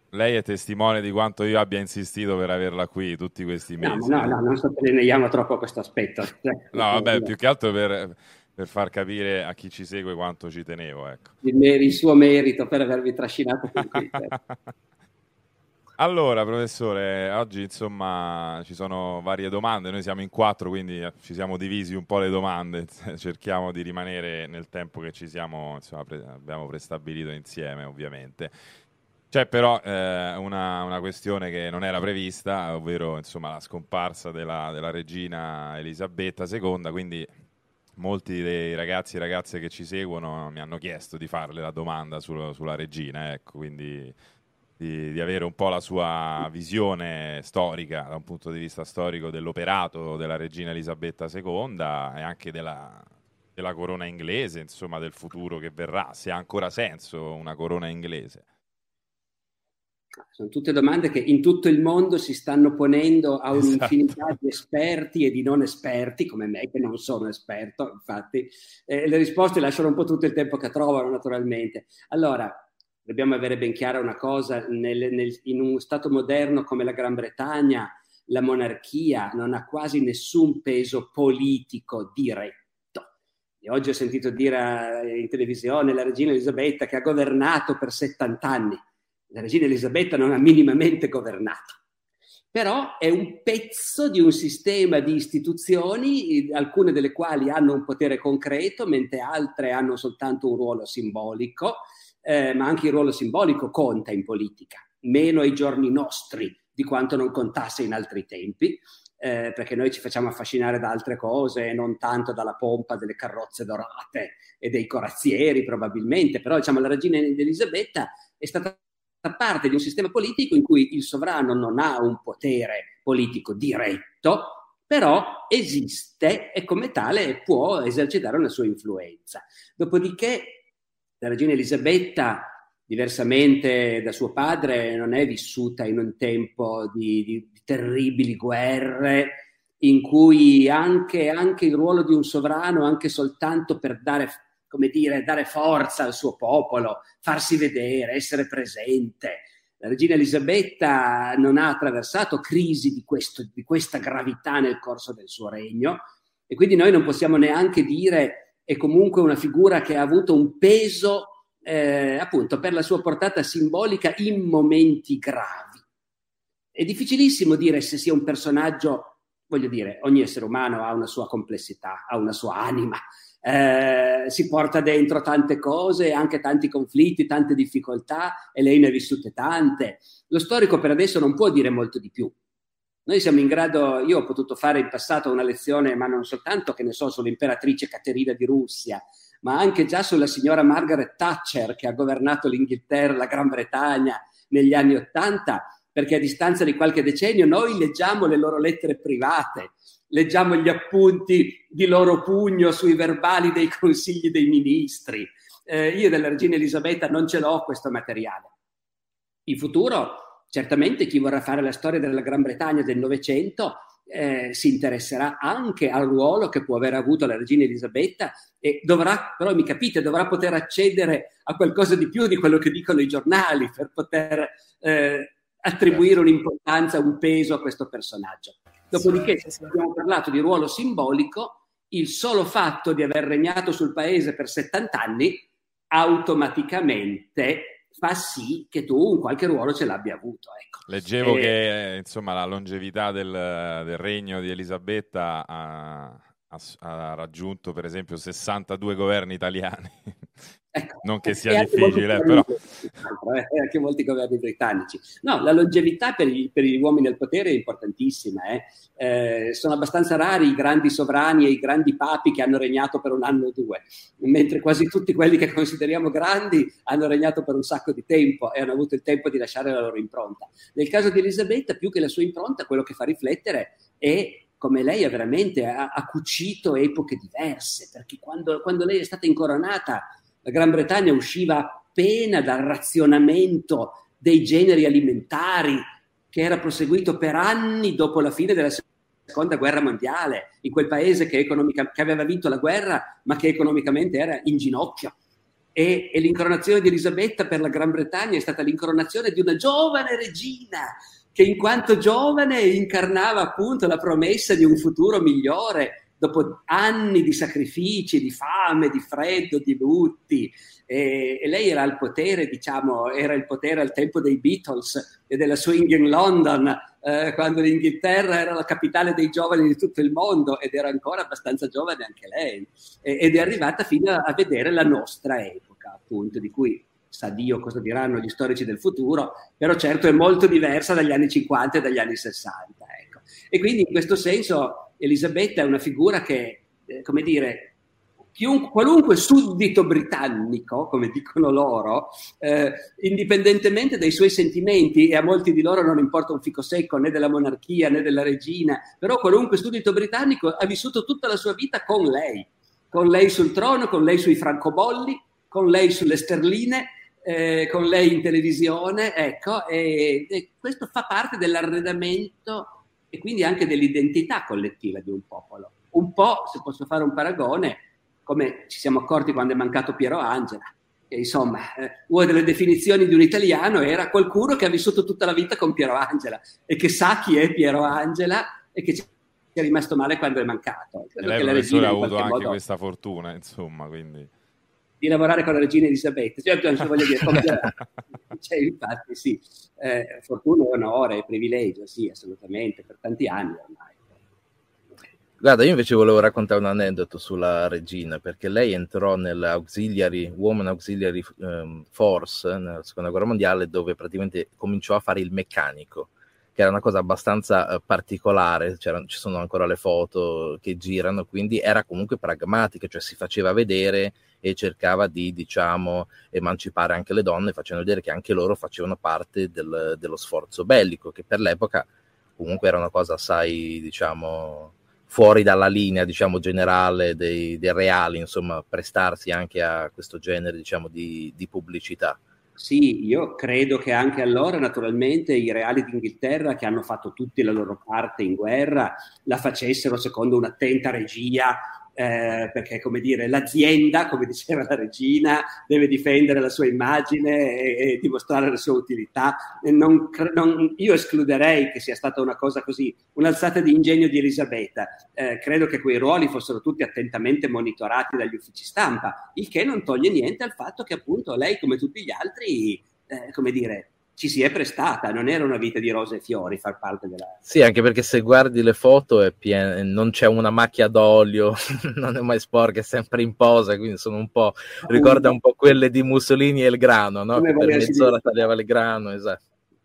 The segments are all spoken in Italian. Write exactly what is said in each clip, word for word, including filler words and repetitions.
lei è testimone di quanto io abbia insistito per averla qui tutti questi No, mesi. ma no, no, non sottolineiamo troppo questo aspetto. Cioè, No, vabbè, più che altro per, per far capire a chi ci segue quanto ci tenevo, ecco. il, mer- il suo merito per avervi trascinato fin qui. Cioè. Allora, professore, oggi insomma ci sono varie domande, noi siamo in quattro, quindi eh, ci siamo divisi un po' le domande, cerchiamo di rimanere nel tempo che ci siamo, insomma, pre- abbiamo prestabilito insieme, ovviamente. C'è però eh, una, una questione che non era prevista, ovvero insomma la scomparsa della, della regina Elisabetta seconda, quindi molti dei ragazzi e ragazze che ci seguono mi hanno chiesto di farle la domanda sul- sulla regina, ecco, quindi di, di avere un po' la sua visione storica, da un punto di vista storico, dell'operato della regina Elisabetta seconda e anche della, della corona inglese, insomma, del futuro che verrà, se ha ancora senso una corona inglese. Sono tutte domande che in tutto il mondo si stanno ponendo a Esatto. un'infinità di esperti e di non esperti, come me, che non sono esperto, infatti. Eh, le risposte lasciano un po' tutto il tempo che trovano, naturalmente. Allora, dobbiamo avere ben chiara una cosa, nel, nel, in uno Stato moderno come la Gran Bretagna, la monarchia non ha quasi nessun peso politico diretto. E oggi ho sentito dire in televisione la regina Elisabetta che ha governato per settanta anni. La regina Elisabetta non ha minimamente governato, però è un pezzo di un sistema di istituzioni, alcune delle quali hanno un potere concreto, mentre altre hanno soltanto un ruolo simbolico, eh, ma anche il ruolo simbolico conta in politica, meno ai giorni nostri di quanto non contasse in altri tempi, eh, perché noi ci facciamo affascinare da altre cose, non tanto dalla pompa delle carrozze dorate e dei corazzieri probabilmente, però diciamo la regina Elisabetta è stata parte di un sistema politico in cui il sovrano non ha un potere politico diretto, però esiste e come tale può esercitare una sua influenza. Dopodiché la regina Elisabetta, diversamente da suo padre, non è vissuta in un tempo di, di, di terribili guerre, in cui anche, anche il ruolo di un sovrano, anche soltanto per dare, come dire, dare forza al suo popolo, farsi vedere, essere presente. La regina Elisabetta non ha attraversato crisi di, questo, di questa gravità nel corso del suo regno e quindi noi non possiamo neanche dire è comunque una figura che ha avuto un peso eh, appunto per la sua portata simbolica in momenti gravi. È difficilissimo dire se sia un personaggio, voglio dire, ogni essere umano ha una sua complessità, ha una sua anima, eh, si porta dentro tante cose, anche tanti conflitti, tante difficoltà, e lei ne ha vissute tante. Lo storico per adesso non può dire molto di più. Noi siamo in grado, io ho potuto fare in passato una lezione, ma non soltanto, che ne so, sull'imperatrice Caterina di Russia, ma anche già sulla signora Margaret Thatcher che ha governato l'Inghilterra, la Gran Bretagna negli anni Ottanta, perché a distanza di qualche decennio noi leggiamo le loro lettere private, leggiamo gli appunti di loro pugno sui verbali dei consigli dei ministri. Eh, io della regina Elisabetta non ce l'ho questo materiale. In futuro, certamente chi vorrà fare la storia della Gran Bretagna del Novecento eh, si interesserà anche al ruolo che può aver avuto la regina Elisabetta e dovrà, però mi capite, dovrà poter accedere a qualcosa di più di quello che dicono i giornali per poter eh, attribuire Certo. un'importanza, un peso a questo personaggio. Sì, Dopodiché, sì, sì. abbiamo parlato di ruolo simbolico, il solo fatto di aver regnato sul paese per settanta anni automaticamente fa sì che tu un qualche ruolo ce l'abbia avuto. Ecco. Leggevo Eh, che eh, insomma, la longevità del, del regno di Elisabetta ha, ha- ha raggiunto per esempio sessantadue governi italiani. Ecco, Non che sia e anche molti difficile, governi però. britannici, eh, anche molti governi britannici. No, la longevità per gli, per gli uomini al potere è importantissima. Eh. Eh, sono abbastanza rari i grandi sovrani e i grandi papi che hanno regnato per un anno o due, mentre quasi tutti quelli che consideriamo grandi hanno regnato per un sacco di tempo e hanno avuto il tempo di lasciare la loro impronta. Nel caso di Elisabetta, più che la sua impronta, quello che fa riflettere è come lei ha veramente ha, ha cucito epoche diverse, perché quando, quando lei è stata incoronata la Gran Bretagna usciva appena dal razionamento dei generi alimentari che era proseguito per anni dopo la fine della seconda guerra mondiale, in quel paese che, economica, che aveva vinto la guerra ma che economicamente era in ginocchio. e, e l'incoronazione di Elisabetta per la Gran Bretagna è stata l'incoronazione di una giovane regina che in quanto giovane incarnava appunto la promessa di un futuro migliore dopo anni di sacrifici, di fame, di freddo, di lutti. E, e lei era al potere, diciamo, era il potere al tempo dei Beatles e della Swing in London, eh, quando l'Inghilterra era la capitale dei giovani di tutto il mondo, ed era ancora abbastanza giovane anche lei, e, ed è arrivata fino a, a vedere la nostra epoca, appunto, di cui sa Dio cosa diranno gli storici del futuro, però certo è molto diversa dagli anni cinquanta e dagli anni sessanta, ecco. E quindi in questo senso Elisabetta è una figura che, eh, come dire, chiunque, qualunque suddito britannico, come dicono loro, eh, indipendentemente dai suoi sentimenti, e a molti di loro non importa un fico secco né della monarchia né della regina, però qualunque suddito britannico ha vissuto tutta la sua vita con lei, con lei sul trono, con lei sui francobolli, con lei sulle sterline, eh, con lei in televisione, ecco, e, e questo fa parte dell'arredamento e quindi anche dell'identità collettiva di un popolo. Un po', se posso fare un paragone, come ci siamo accorti quando è mancato Piero Angela, che insomma, eh, una delle definizioni di un italiano era qualcuno che ha vissuto tutta la vita con Piero Angela e che sa chi è Piero Angela e che ci è rimasto male quando è mancato. Credo e lei, professore, ha avuto anche modo, questa fortuna, insomma, quindi... di lavorare con la regina Elisabetta, cioè, voglio dire, come cioè, infatti sì, eh, fortuna, onore, privilegio, sì, assolutamente, per tanti anni ormai. Guarda, io invece volevo raccontare un aneddoto sulla regina, perché lei entrò nell'Auxiliary, Woman Auxiliary um, Force nella seconda guerra mondiale, dove praticamente cominciò a fare il meccanico, che era una cosa abbastanza uh, particolare. C'erano, ci sono ancora le foto che girano, quindi era comunque pragmatica, cioè si faceva vedere e cercava di, diciamo, emancipare anche le donne, facendo vedere che anche loro facevano parte del, dello sforzo bellico, che per l'epoca comunque era una cosa assai, diciamo, fuori dalla linea, diciamo, generale dei, dei reali, insomma, prestarsi anche a questo genere, diciamo, di, di pubblicità. Sì, io credo che anche allora, naturalmente, i reali d'Inghilterra, che hanno fatto tutti la loro parte in guerra, la facessero secondo un'attenta regia, eh, perché, come dire, l'azienda, come diceva la regina, deve difendere la sua immagine e, e dimostrare la sua utilità. E non, non, io escluderei che sia stata una cosa così, un'alzata di ingegno di Elisabetta. Eh, credo che quei ruoli fossero tutti attentamente monitorati dagli uffici stampa, il che non toglie niente al fatto che appunto lei, come tutti gli altri, eh, come dire, ci si è prestata, non era una vita di rose e fiori far parte della... Sì, anche perché se guardi le foto è piena, non c'è una macchia d'olio, non è mai sporca, è sempre in posa, quindi sono un po', ricorda un po' quelle di Mussolini e il grano, no? Che per mezz'ora tagliava il grano, esatto.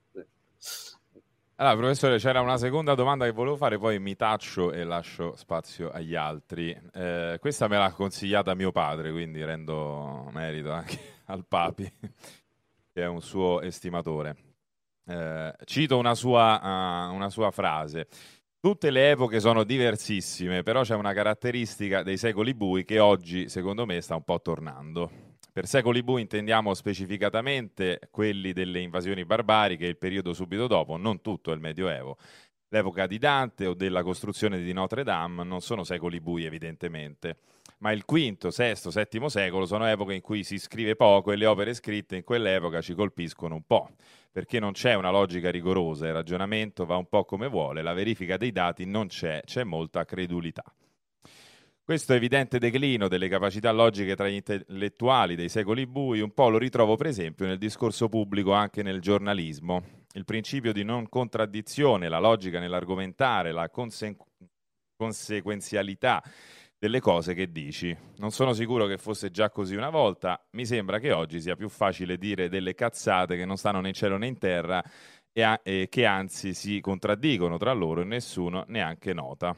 Allora, professore, c'era una seconda domanda che volevo fare, poi mi taccio e lascio spazio agli altri. Eh, questa me l'ha consigliata mio padre, quindi rendo merito anche al Papi, che è un suo estimatore. Eh, cito una sua, uh, una sua frase. Tutte le epoche sono diversissime, però c'è una caratteristica dei secoli bui che oggi, secondo me, sta un po' tornando. Per secoli bui intendiamo specificatamente quelli delle invasioni barbariche e il periodo subito dopo, non tutto il Medioevo. L'epoca di Dante o della costruzione di Notre Dame non sono secoli bui, evidentemente, ma il quinto, sesto, settimo secolo sono epoche in cui si scrive poco e le opere scritte in quell'epoca ci colpiscono un po', perché non c'è una logica rigorosa, il ragionamento va un po' come vuole, la verifica dei dati non c'è, c'è molta credulità. Questo evidente declino delle capacità logiche tra gli intellettuali dei secoli bui un po' lo ritrovo per esempio nel discorso pubblico, anche nel giornalismo. Il principio di non contraddizione, la logica nell'argomentare, la conse- conseguenzialità delle cose che dici. Non sono sicuro che fosse già così una volta, mi sembra che oggi sia più facile dire delle cazzate che non stanno né in cielo né in terra e, a- e che anzi si contraddicono tra loro e nessuno neanche nota.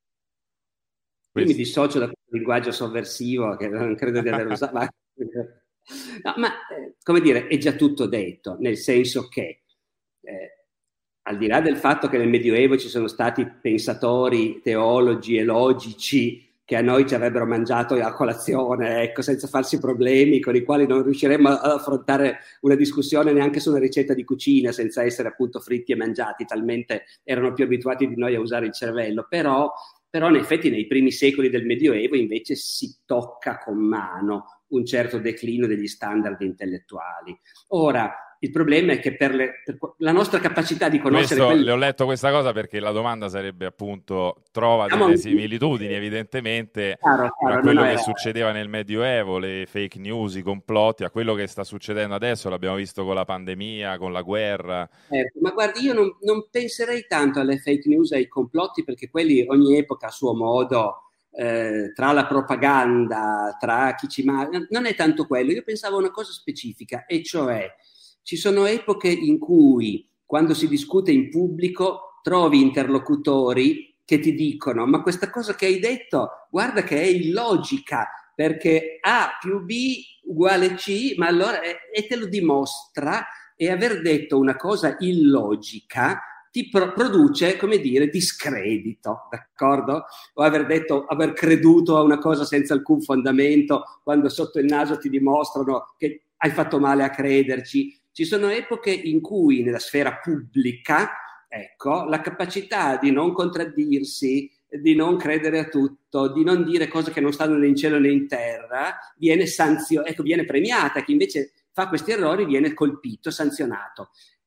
Io mi dissocio da questo linguaggio sovversivo che non credo di aver usato, ma, no, ma eh, come dire, è già tutto detto, nel senso che eh, al di là del fatto che nel Medioevo ci sono stati pensatori, teologi e logici che a noi ci avrebbero mangiato a colazione, ecco, senza farsi problemi, con i quali non riusciremmo ad affrontare una discussione neanche su una ricetta di cucina senza essere appunto fritti e mangiati, talmente erano più abituati di noi a usare il cervello, però Però in effetti nei primi secoli del Medioevo invece si tocca con mano un certo declino degli standard intellettuali. Ora, il problema è che per, le, per la nostra capacità di conoscere... Questo, quelli... Le ho letto questa cosa perché la domanda sarebbe appunto, trova delle un... similitudini evidentemente chiaro, chiaro, a quello no, che era... succedeva nel Medioevo, le fake news, i complotti, a quello che sta succedendo adesso, l'abbiamo visto con la pandemia, con la guerra. Eh, ma guardi, io non, non penserei tanto alle fake news e ai complotti, perché quelli ogni epoca a suo modo... Eh, tra la propaganda, tra chi ci manca, non è tanto quello. Io pensavo a una cosa specifica, e cioè ci sono epoche in cui quando si discute in pubblico trovi interlocutori che ti dicono: ma questa cosa che hai detto, guarda che è illogica, perché A più B uguale C, ma allora e te lo dimostra, e aver detto una cosa illogica ti pro- produce, come dire, discredito, d'accordo? O aver detto, aver creduto a una cosa senza alcun fondamento, quando sotto il naso ti dimostrano che hai fatto male a crederci. Ci sono epoche in cui nella sfera pubblica, ecco, la capacità di non contraddirsi, di non credere a tutto, di non dire cose che non stanno né in cielo né in terra, viene sanzio- ecco, viene premiata. Chi invece fa questi errori viene colpito, sanzionato.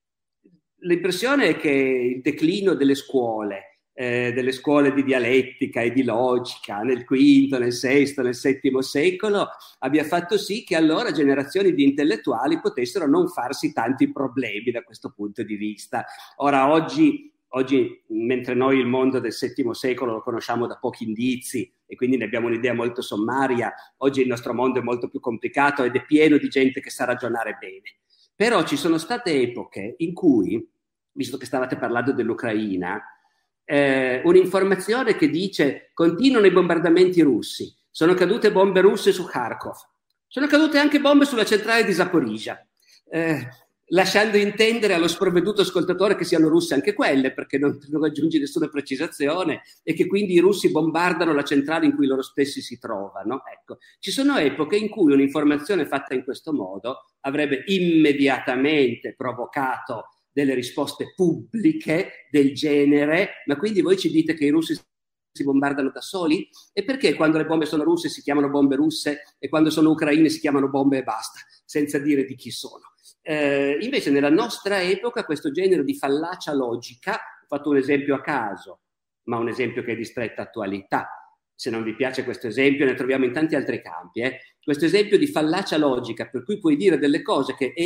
L'impressione è che il declino delle scuole, eh, delle scuole di dialettica e di logica nel quinto, nel sesto, nel settimo secolo abbia fatto sì che allora generazioni di intellettuali potessero non farsi tanti problemi da questo punto di vista. Ora, oggi, oggi mentre noi il mondo del settimo secolo lo conosciamo da pochi indizi e quindi ne abbiamo un'idea molto sommaria, oggi il nostro mondo è molto più complicato ed è pieno di gente che sa ragionare bene. Però ci sono state epoche in cui, visto che stavate parlando dell'Ucraina, eh, un'informazione che dice: continuano i bombardamenti russi, sono cadute bombe russe su Kharkov, sono cadute anche bombe sulla centrale di Zaporizhzhia, eh, lasciando intendere allo sprovveduto ascoltatore che siano russe anche quelle, perché non, non aggiunge nessuna precisazione, e che quindi i russi bombardano la centrale in cui loro stessi si trovano. Ecco, ci sono epoche in cui un'informazione fatta in questo modo avrebbe immediatamente provocato delle risposte pubbliche del genere: ma quindi voi ci dite che i russi si bombardano da soli? E perché quando le bombe sono russe si chiamano bombe russe e quando sono ucraine si chiamano bombe e basta, senza dire di chi sono? Eh, invece nella nostra epoca questo genere di fallacia logica, ho fatto un esempio a caso, ma un esempio che è di stretta attualità. Se non vi piace questo esempio, ne troviamo in tanti altri campi. Eh. Questo esempio di fallacia logica, per cui puoi dire delle cose che è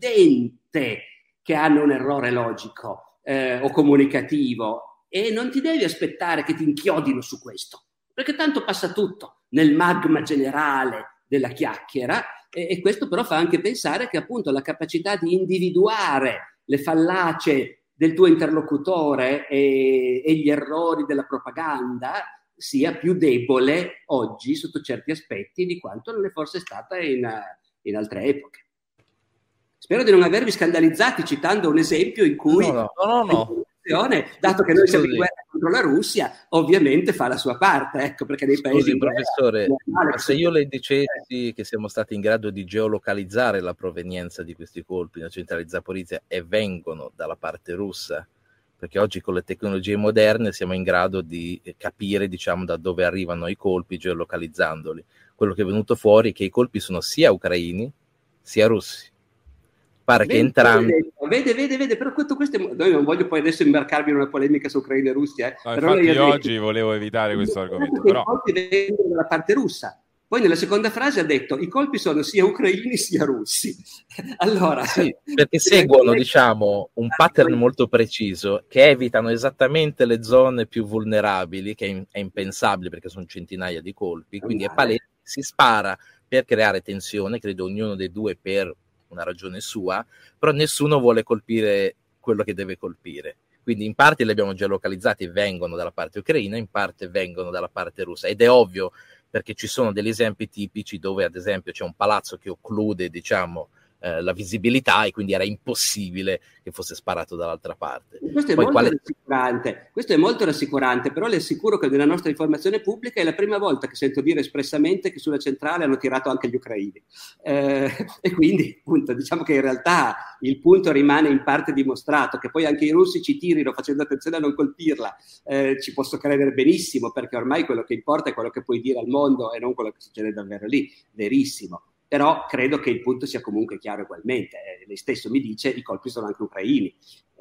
evidente che hanno un errore logico eh, o comunicativo, e non ti devi aspettare che ti inchiodino su questo, perché tanto passa tutto nel magma generale della chiacchiera, e, e questo però fa anche pensare che appunto la capacità di individuare le fallacie del tuo interlocutore e, e gli errori della propaganda sia più debole oggi sotto certi aspetti di quanto non è forse stata in, in altre epoche. Spero di non avervi scandalizzati citando un esempio in cui no, no, no, no. dato che noi siamo in guerra contro la Russia, ovviamente fa la sua parte, ecco, perché nei paesi Scusi, in guerra, professore, ma se io le dicessi che siamo stati in grado di geolocalizzare la provenienza di questi colpi nella centrale di Zaporizhzhia e vengono dalla parte russa, perché oggi con le tecnologie moderne siamo in grado di capire, diciamo, da dove arrivano i colpi geolocalizzandoli. Quello che è venuto fuori è che i colpi sono sia ucraini sia russi. Pare vede, che entrambi... Vede, vede, vede, però tutto questo è... Noi non voglio poi adesso imbarcarmi in una polemica su Ucraina e Russia. Eh. No, però infatti io detto, oggi volevo evitare questo argomento. Però... I colpi vengono dalla parte russa. Poi nella seconda frase ha detto: i colpi sono sia ucraini sia russi. Allora, sì, perché seguono, diciamo, un pattern molto preciso, che evitano esattamente le zone più vulnerabili, che è impensabile perché sono centinaia di colpi, quindi è palese, si spara per creare tensione, credo ognuno dei due per una ragione sua, però nessuno vuole colpire quello che deve colpire. Quindi in parte li abbiamo già localizzati, vengono dalla parte ucraina, in parte vengono dalla parte russa, ed è ovvio perché ci sono degli esempi tipici dove ad esempio c'è un palazzo che occlude, diciamo, eh, la visibilità, e quindi era impossibile che fosse sparato dall'altra parte. Questo è, Poi, molto quale... rassicurante. Questo è molto rassicurante, però le assicuro che nella nostra informazione pubblica è la prima volta che sento dire espressamente che sulla centrale hanno tirato anche gli ucraini. Eh, e quindi, appunto, diciamo che in realtà il punto rimane in parte dimostrato, che poi anche i russi ci tirino facendo attenzione a non colpirla. Eh, ci posso credere benissimo, perché ormai quello che importa è quello che puoi dire al mondo e non quello che succede davvero lì. Verissimo. però credo che il punto sia comunque chiaro ugualmente. Eh, lei stesso mi dice i colpi sono anche ucraini.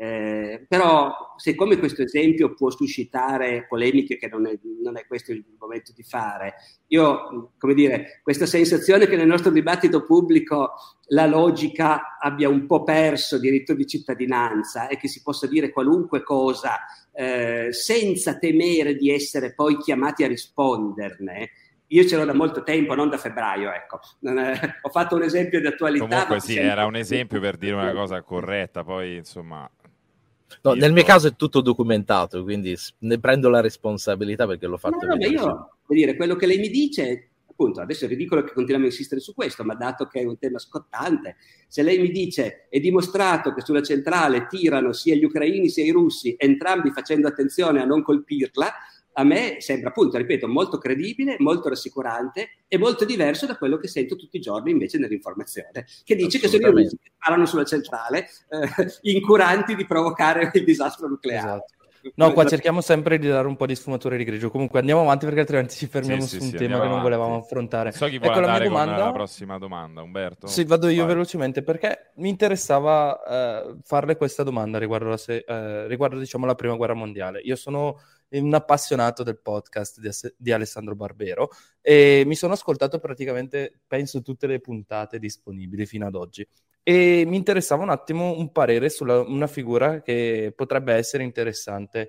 Eh, però siccome questo esempio può suscitare polemiche, che non è, non è questo il momento di fare, io, come dire, questa sensazione che nel nostro dibattito pubblico la logica abbia un po' perso diritto di cittadinanza e che si possa dire qualunque cosa eh, senza temere di essere poi chiamati a risponderne, io ce l'ho da molto tempo, non da febbraio, ecco. Non è, ho fatto un esempio di attualità. Comunque sì, era un esempio per dire una cosa corretta, poi insomma... No, nel mio caso è tutto documentato, quindi ne prendo la responsabilità perché l'ho fatto no, no, vedere. Ma io, vuol dire, quello che lei mi dice, appunto, adesso è ridicolo che continuiamo a insistere su questo, ma dato che è un tema scottante, se lei mi dice è dimostrato che sulla centrale tirano sia gli ucraini sia i russi, entrambi facendo attenzione a non colpirla, a me sembra, appunto, ripeto, molto credibile, molto rassicurante e molto diverso da quello che sento tutti i giorni invece nell'informazione, che dice che sono i russi che sparano sulla centrale, eh, incuranti di provocare il disastro nucleare. Esatto. No, qua cerchiamo sempre di dare un po' di sfumature di grigio. Comunque andiamo avanti perché altrimenti ci fermiamo sì, su sì, un sì, tema che non avanti. volevamo affrontare. So chi vuole ecco andare la mia domanda. con la prossima domanda, Umberto? Sì, vado io Vai. velocemente perché mi interessava eh, farle questa domanda riguardo, la se- eh, riguardo diciamo, la Prima Guerra Mondiale. Io sono un appassionato del podcast di, Ass- di Alessandro Barbero e mi sono ascoltato praticamente, penso, tutte le puntate disponibili fino ad oggi. E mi interessava un attimo un parere sulla una figura che potrebbe essere interessante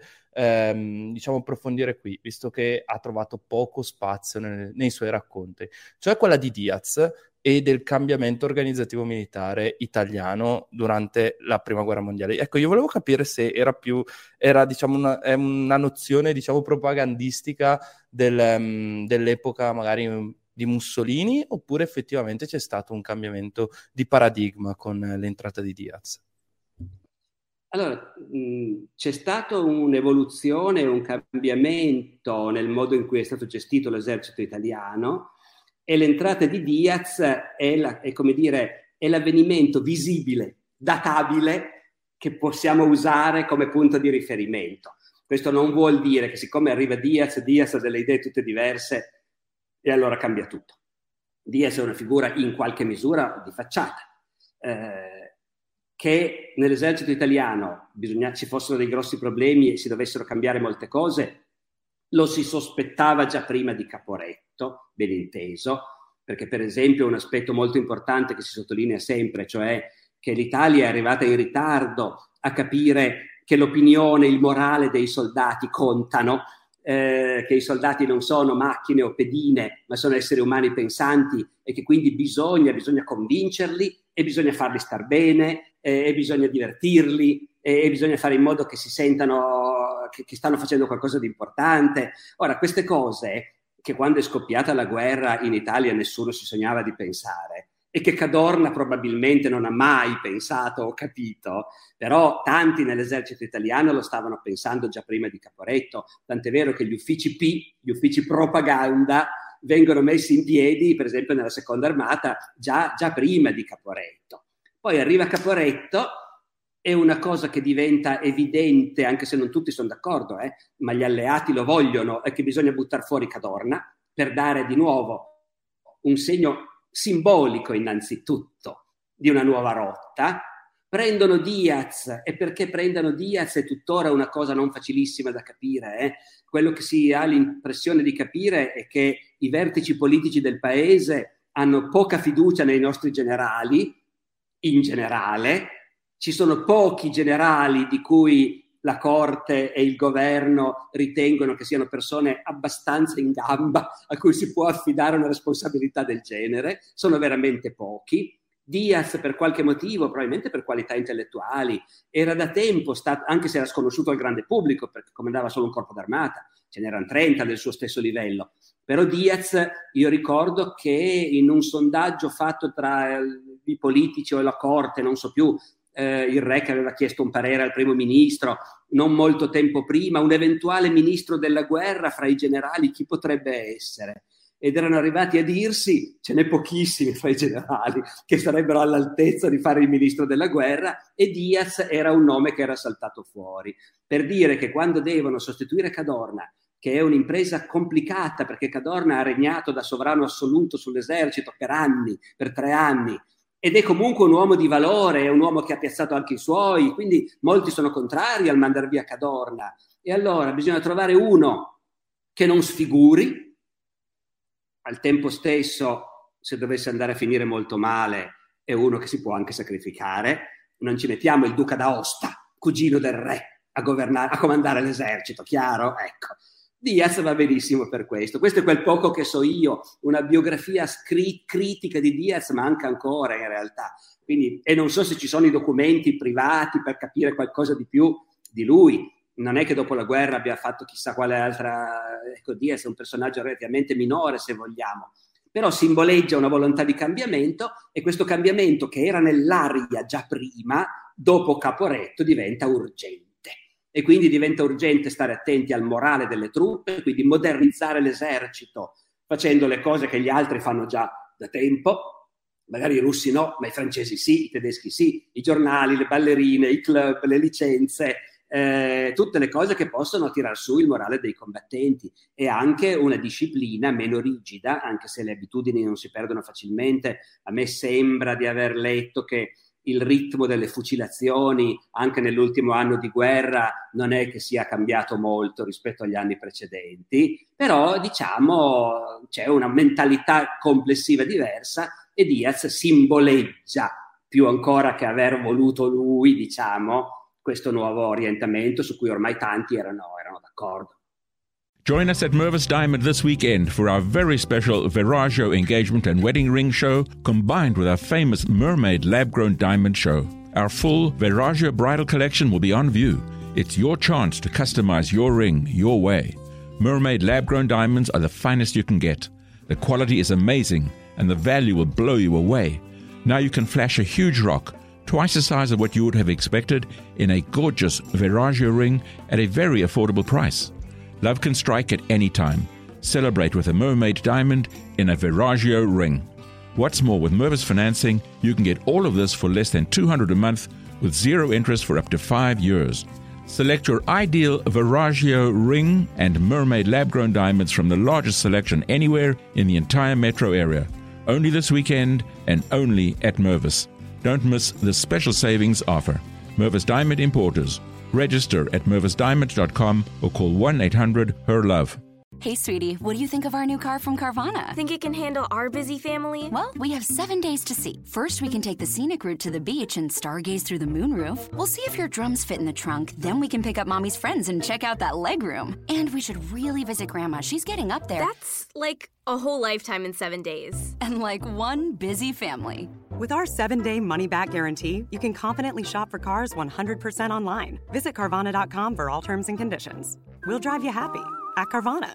ehm, diciamo approfondire qui, visto che ha trovato poco spazio nel, nei suoi racconti, cioè quella di Diaz e del cambiamento organizzativo militare italiano durante la Prima Guerra Mondiale. Ecco, io volevo capire se era più era diciamo una, è una nozione diciamo propagandistica del, um, dell'epoca magari di Mussolini, oppure effettivamente c'è stato un cambiamento di paradigma con l'entrata di Diaz? Allora, mh, c'è stata un'evoluzione, un cambiamento nel modo in cui è stato gestito l'esercito italiano e l'entrata di Diaz è, la, è, come dire, è l'avvenimento visibile, databile, che possiamo usare come punto di riferimento. Questo non vuol dire che siccome arriva Diaz, Diaz ha delle idee tutte diverse e allora cambia tutto. Diaz è una figura in qualche misura di facciata, eh, che nell'esercito italiano bisogna, ci fossero dei grossi problemi e si dovessero cambiare molte cose, lo si sospettava già prima di Caporetto, ben inteso, perché per esempio un aspetto molto importante che si sottolinea sempre, cioè che l'Italia è arrivata in ritardo a capire che l'opinione, il morale dei soldati contano, Eh, che i soldati non sono macchine o pedine, ma sono esseri umani pensanti e che quindi bisogna, bisogna convincerli e bisogna farli star bene eh, e bisogna divertirli e, e bisogna fare in modo che si sentano che, che stanno facendo qualcosa di importante. Ora, queste cose che quando è scoppiata la guerra in Italia nessuno si sognava di pensare e che Cadorna probabilmente non ha mai pensato o capito, però tanti nell'esercito italiano lo stavano pensando già prima di Caporetto, tant'è vero che gli uffici P, gli uffici propaganda, vengono messi in piedi, per esempio nella seconda armata, già, già prima di Caporetto. Poi arriva Caporetto e una cosa che diventa evidente, anche se non tutti sono d'accordo, eh, ma gli alleati lo vogliono, è che bisogna buttare fuori Cadorna per dare di nuovo un segno simbolico innanzitutto di una nuova rotta. Prendono Diaz, e perché prendano Diaz è tuttora una cosa non facilissima da capire. Eh? Quello che si ha l'impressione di capire è che i vertici politici del paese hanno poca fiducia nei nostri generali, in generale. Ci sono pochi generali di cui la Corte e il governo ritengono che siano persone abbastanza in gamba a cui si può affidare una responsabilità del genere, sono veramente pochi. Diaz, per qualche motivo, probabilmente per qualità intellettuali, era da tempo stato, anche se era sconosciuto al grande pubblico perché comandava solo un corpo d'armata, ce n'erano trenta del suo stesso livello, però Diaz, io ricordo che in un sondaggio fatto tra i politici o la Corte, non so più, Eh, il re che aveva chiesto un parere al primo ministro non molto tempo prima, un eventuale ministro della guerra fra i generali chi potrebbe essere, ed erano arrivati a dirsi ce n'è pochissimi fra i generali che sarebbero all'altezza di fare il ministro della guerra, e Diaz era un nome che era saltato fuori, per dire che quando devono sostituire Cadorna che è un'impresa complicata, perché Cadorna ha regnato da sovrano assoluto sull'esercito per anni, per tre anni, ed è comunque un uomo di valore, è un uomo che ha piazzato anche i suoi, quindi molti sono contrari al mandar via Cadorna. E allora bisogna trovare uno che non sfiguri, al tempo stesso, se dovesse andare a finire molto male, è uno che si può anche sacrificare. Non ci mettiamo il duca d'Aosta, cugino del re, a governare, a comandare l'esercito, chiaro? Ecco. Diaz va benissimo per questo. Questo è quel poco che so io, una biografia scri- critica di Diaz manca ancora in realtà. Quindi, e non so se ci sono i documenti privati per capire qualcosa di più di lui. Non è che dopo la guerra abbia fatto chissà quale altra... Ecco, Diaz è un personaggio relativamente minore, se vogliamo. Però simboleggia una volontà di cambiamento, e questo cambiamento, che era nell'aria già prima, dopo Caporetto diventa urgente. E quindi diventa urgente stare attenti al morale delle truppe, quindi modernizzare l'esercito facendo le cose che gli altri fanno già da tempo, magari i russi no, ma i francesi sì, i tedeschi sì, i giornali, le ballerine, i club, le licenze, eh, tutte le cose che possono tirar su il morale dei combattenti, e anche una disciplina meno rigida, anche se le abitudini non si perdono facilmente. A me sembra di aver letto che il ritmo delle fucilazioni anche nell'ultimo anno di guerra non è che sia cambiato molto rispetto agli anni precedenti, però diciamo c'è una mentalità complessiva diversa, e Diaz simboleggia, più ancora che aver voluto lui, diciamo, questo nuovo orientamento su cui ormai tanti erano, erano d'accordo. Join us at Mervis Diamond this weekend for our very special Veragio engagement and wedding ring show, combined with our famous Mermaid lab-grown diamond show. Our full Veragio bridal collection will be on view. It's your chance to customize your ring your way. Mermaid lab-grown diamonds are the finest you can get. The quality is amazing, and the value will blow you away. Now you can flash a huge rock, twice the size of what you would have expected, in a gorgeous Veragio ring at a very affordable price. Love can strike at any time. Celebrate with a Mermaid diamond in a Veragio ring. What's more, with Mervis financing, you can get all of this for less than two hundred dollars a month with zero interest for up to five years. Select your ideal Veragio ring and Mermaid lab-grown diamonds from the largest selection anywhere in the entire metro area. Only this weekend and only at Mervis. Don't miss this special savings offer. Mervis Diamond Importers. Register at mervis diamond dot com or call one eight hundred H E R love. Hey, sweetie, what do you think of our new car from Carvana? Think it can handle our busy family? Well, we have seven days to see. First, we can take the scenic route to the beach and stargaze through the moonroof. We'll see if your drums fit in the trunk. Then we can pick up Mommy's friends and check out that legroom. And we should really visit Grandma. She's getting up there. That's like a whole lifetime in seven days. And like one busy family. With our seven-day money-back guarantee, you can confidently shop for cars one hundred percent online. Visit Carvana dot com for all terms and conditions. We'll drive you happy at Carvana.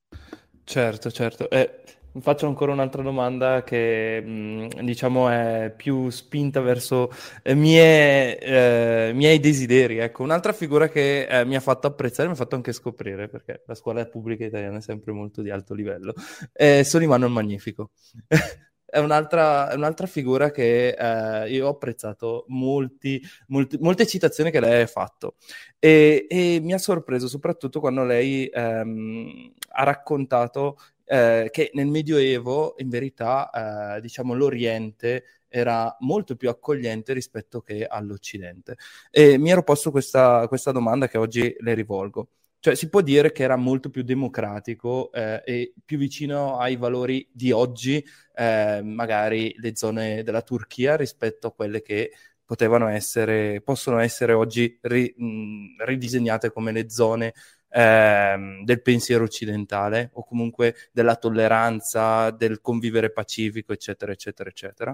Certo, certo. Eh, faccio ancora un'altra domanda che mh, diciamo è più spinta verso eh, mie, eh, miei desideri. Ecco, un'altra figura che eh, mi ha fatto apprezzare, mi ha fatto anche scoprire, perché la scuola pubblica italiana è sempre molto di alto livello, eh, sono Ivano il Magnifico. È un'altra, è un'altra figura che eh, io ho apprezzato molti, molti, molte citazioni che lei ha fatto, e, e mi ha sorpreso soprattutto quando lei ehm, ha raccontato eh, che nel Medioevo in verità eh, diciamo l'Oriente era molto più accogliente rispetto che all'Occidente, e mi ero posto questa, questa domanda che oggi le rivolgo. Cioè, si può dire che era molto più democratico eh, e più vicino ai valori di oggi, eh, magari le zone della Turchia, rispetto a quelle che potevano essere, possono essere oggi ri, mh, ridisegnate come le zone eh, del pensiero occidentale, o comunque della tolleranza, del convivere pacifico, eccetera, eccetera, eccetera?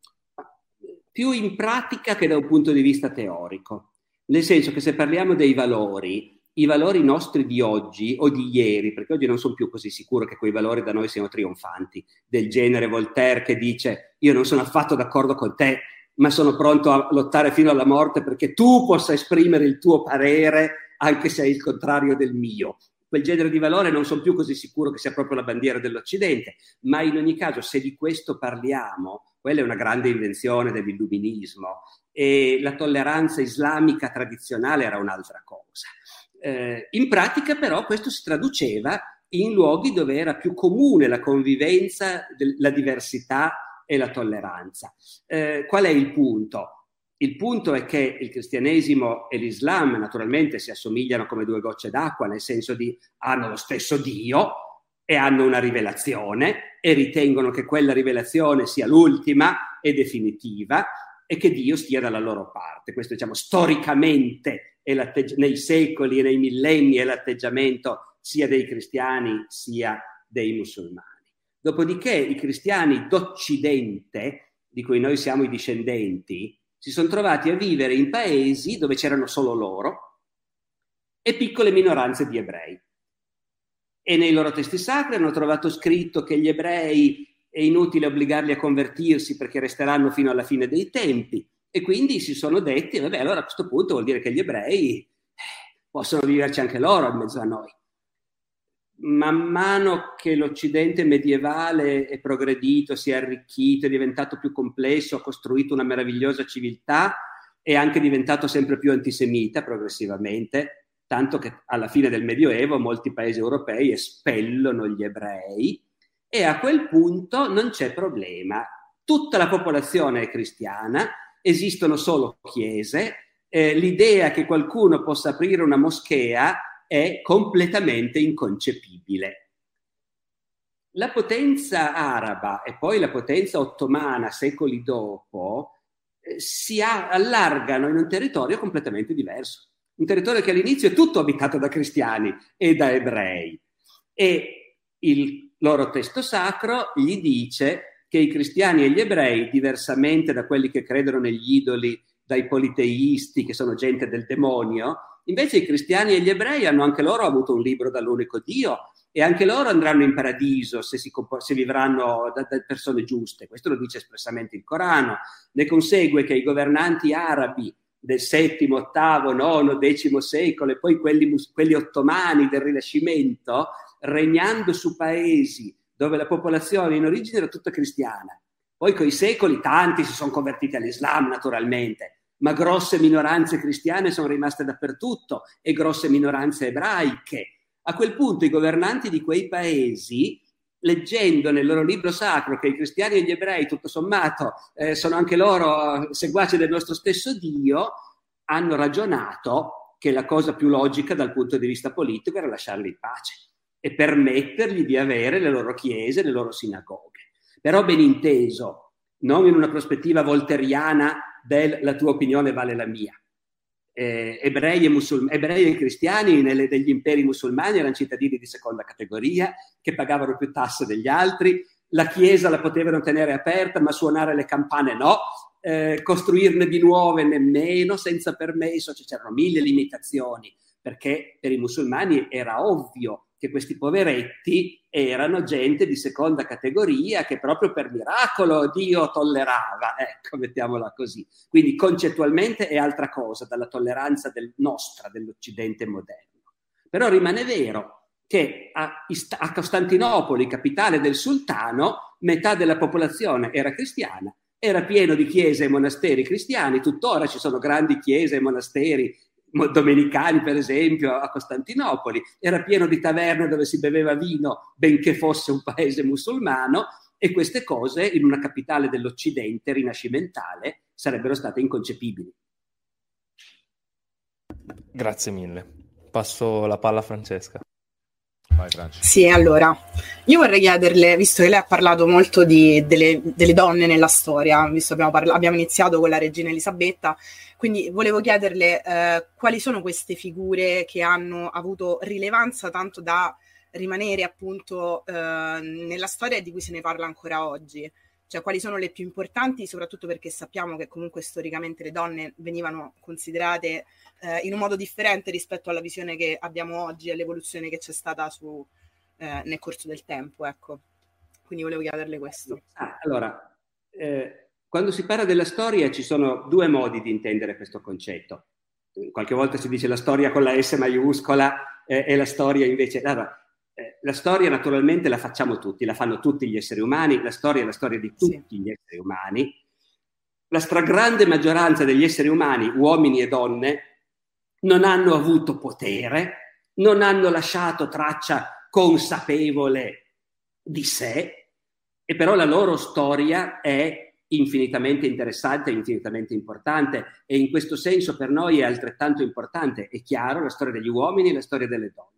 Più in pratica che da un punto di vista teorico. Nel senso che se parliamo dei valori, i valori nostri di oggi o di ieri, perché oggi non sono più così sicuro che quei valori da noi siano trionfanti, del genere Voltaire che dice io non sono affatto d'accordo con te, ma sono pronto a lottare fino alla morte perché tu possa esprimere il tuo parere anche se è il contrario del mio. Quel genere di valore non sono più così sicuro che sia proprio la bandiera dell'Occidente, ma in ogni caso se di questo parliamo, quella è una grande invenzione dell'illuminismo, e la tolleranza islamica tradizionale era un'altra cosa. Eh, in pratica però questo si traduceva in luoghi dove era più comune la convivenza, la diversità e la tolleranza. Eh, qual è il punto? Il punto è che il cristianesimo e l'Islam naturalmente si assomigliano come due gocce d'acqua, nel senso di hanno lo stesso Dio e hanno una rivelazione e ritengono che quella rivelazione sia l'ultima e definitiva e che Dio stia dalla loro parte. Questo, diciamo, storicamente è nei secoli e nei millenni è l'atteggiamento sia dei cristiani sia dei musulmani. Dopodiché i cristiani d'Occidente, di cui noi siamo i discendenti, si sono trovati a vivere in paesi dove c'erano solo loro e piccole minoranze di ebrei. E nei loro testi sacri hanno trovato scritto che gli ebrei è inutile obbligarli a convertirsi perché resteranno fino alla fine dei tempi. E quindi si sono detti, vabbè, allora a questo punto vuol dire che gli ebrei possono viverci anche loro in mezzo a noi. Man mano che l'Occidente medievale è progredito, si è arricchito, è diventato più complesso, ha costruito una meravigliosa civiltà, è anche diventato sempre più antisemita progressivamente, tanto che alla fine del Medioevo molti paesi europei espellono gli ebrei e a quel punto non c'è problema. Tutta la popolazione è cristiana, esistono solo chiese, eh, l'idea che qualcuno possa aprire una moschea è completamente inconcepibile. La potenza araba e poi la potenza ottomana secoli dopo eh, si a- allargano in un territorio completamente diverso. Un territorio che all'inizio è tutto abitato da cristiani e da ebrei. E il loro testo sacro gli dice che i cristiani e gli ebrei, diversamente da quelli che credono negli idoli, dai politeisti, che sono gente del demonio, invece i cristiani e gli ebrei hanno anche loro avuto un libro dall'unico Dio e anche loro andranno in paradiso se, si, se vivranno da, da persone giuste. Questo lo dice espressamente il Corano. Ne consegue che i governanti arabi del settimo, ottavo, nono, decimo secolo e poi quelli, quelli ottomani del Rinascimento, regnando su paesi dove la popolazione in origine era tutta cristiana. Poi coi secoli tanti si sono convertiti all'Islam naturalmente, ma grosse minoranze cristiane sono rimaste dappertutto e grosse minoranze ebraiche. A quel punto i governanti di quei paesi, leggendo nel loro libro sacro che i cristiani e gli ebrei, tutto sommato, eh, sono anche loro seguaci del nostro stesso Dio, hanno ragionato che la cosa più logica dal punto di vista politico era lasciarli in pace e permettergli di avere le loro chiese, le loro sinagoghe. Però ben inteso, non in una prospettiva volteriana del la tua opinione vale la mia. Eh, ebrei, e musul- ebrei e cristiani nelle, degli imperi musulmani erano cittadini di seconda categoria che pagavano più tasse degli altri, la chiesa la potevano tenere aperta ma suonare le campane no, eh, costruirne di nuove nemmeno senza permesso, cioè, c'erano mille limitazioni perché per i musulmani era ovvio che questi poveretti erano gente di seconda categoria che proprio per miracolo Dio tollerava, ecco, mettiamola così. Quindi concettualmente è altra cosa dalla tolleranza del nostra, dell'Occidente moderno. Però rimane vero che a, a Costantinopoli, capitale del sultano, metà della popolazione era cristiana, era pieno di chiese e monasteri cristiani, tuttora ci sono grandi chiese e monasteri domenicani per esempio a Costantinopoli, era pieno di taverne dove si beveva vino benché fosse un paese musulmano e queste cose in una capitale dell'Occidente rinascimentale sarebbero state inconcepibili. Grazie mille. Passo la palla a Francesca. Vai, Francesca. Sì, allora, io vorrei chiederle, visto che lei ha parlato molto di, delle, delle donne nella storia, visto che abbiamo, parla- abbiamo iniziato con la regina Elisabetta, quindi volevo chiederle eh, quali sono queste figure che hanno avuto rilevanza tanto da rimanere appunto eh, nella storia e di cui se ne parla ancora oggi. Cioè quali sono le più importanti, soprattutto perché sappiamo che comunque storicamente le donne venivano considerate eh, in un modo differente rispetto alla visione che abbiamo oggi e all'evoluzione che c'è stata su, eh, nel corso del tempo, ecco. Quindi volevo chiederle questo. Ah, allora, eh, quando si parla della storia ci sono due modi di intendere questo concetto. Qualche volta si dice la storia con la S maiuscola eh, e la storia invece... Allora, Eh, la storia naturalmente la facciamo tutti, la fanno tutti gli esseri umani, la storia è la storia di tutti sì. gli esseri umani. La stragrande maggioranza degli esseri umani, uomini e donne, non hanno avuto potere, non hanno lasciato traccia consapevole di sé, e però la loro storia è infinitamente interessante e infinitamente importante, e in questo senso per noi è altrettanto importante, è chiaro, la storia degli uomini e la storia delle donne.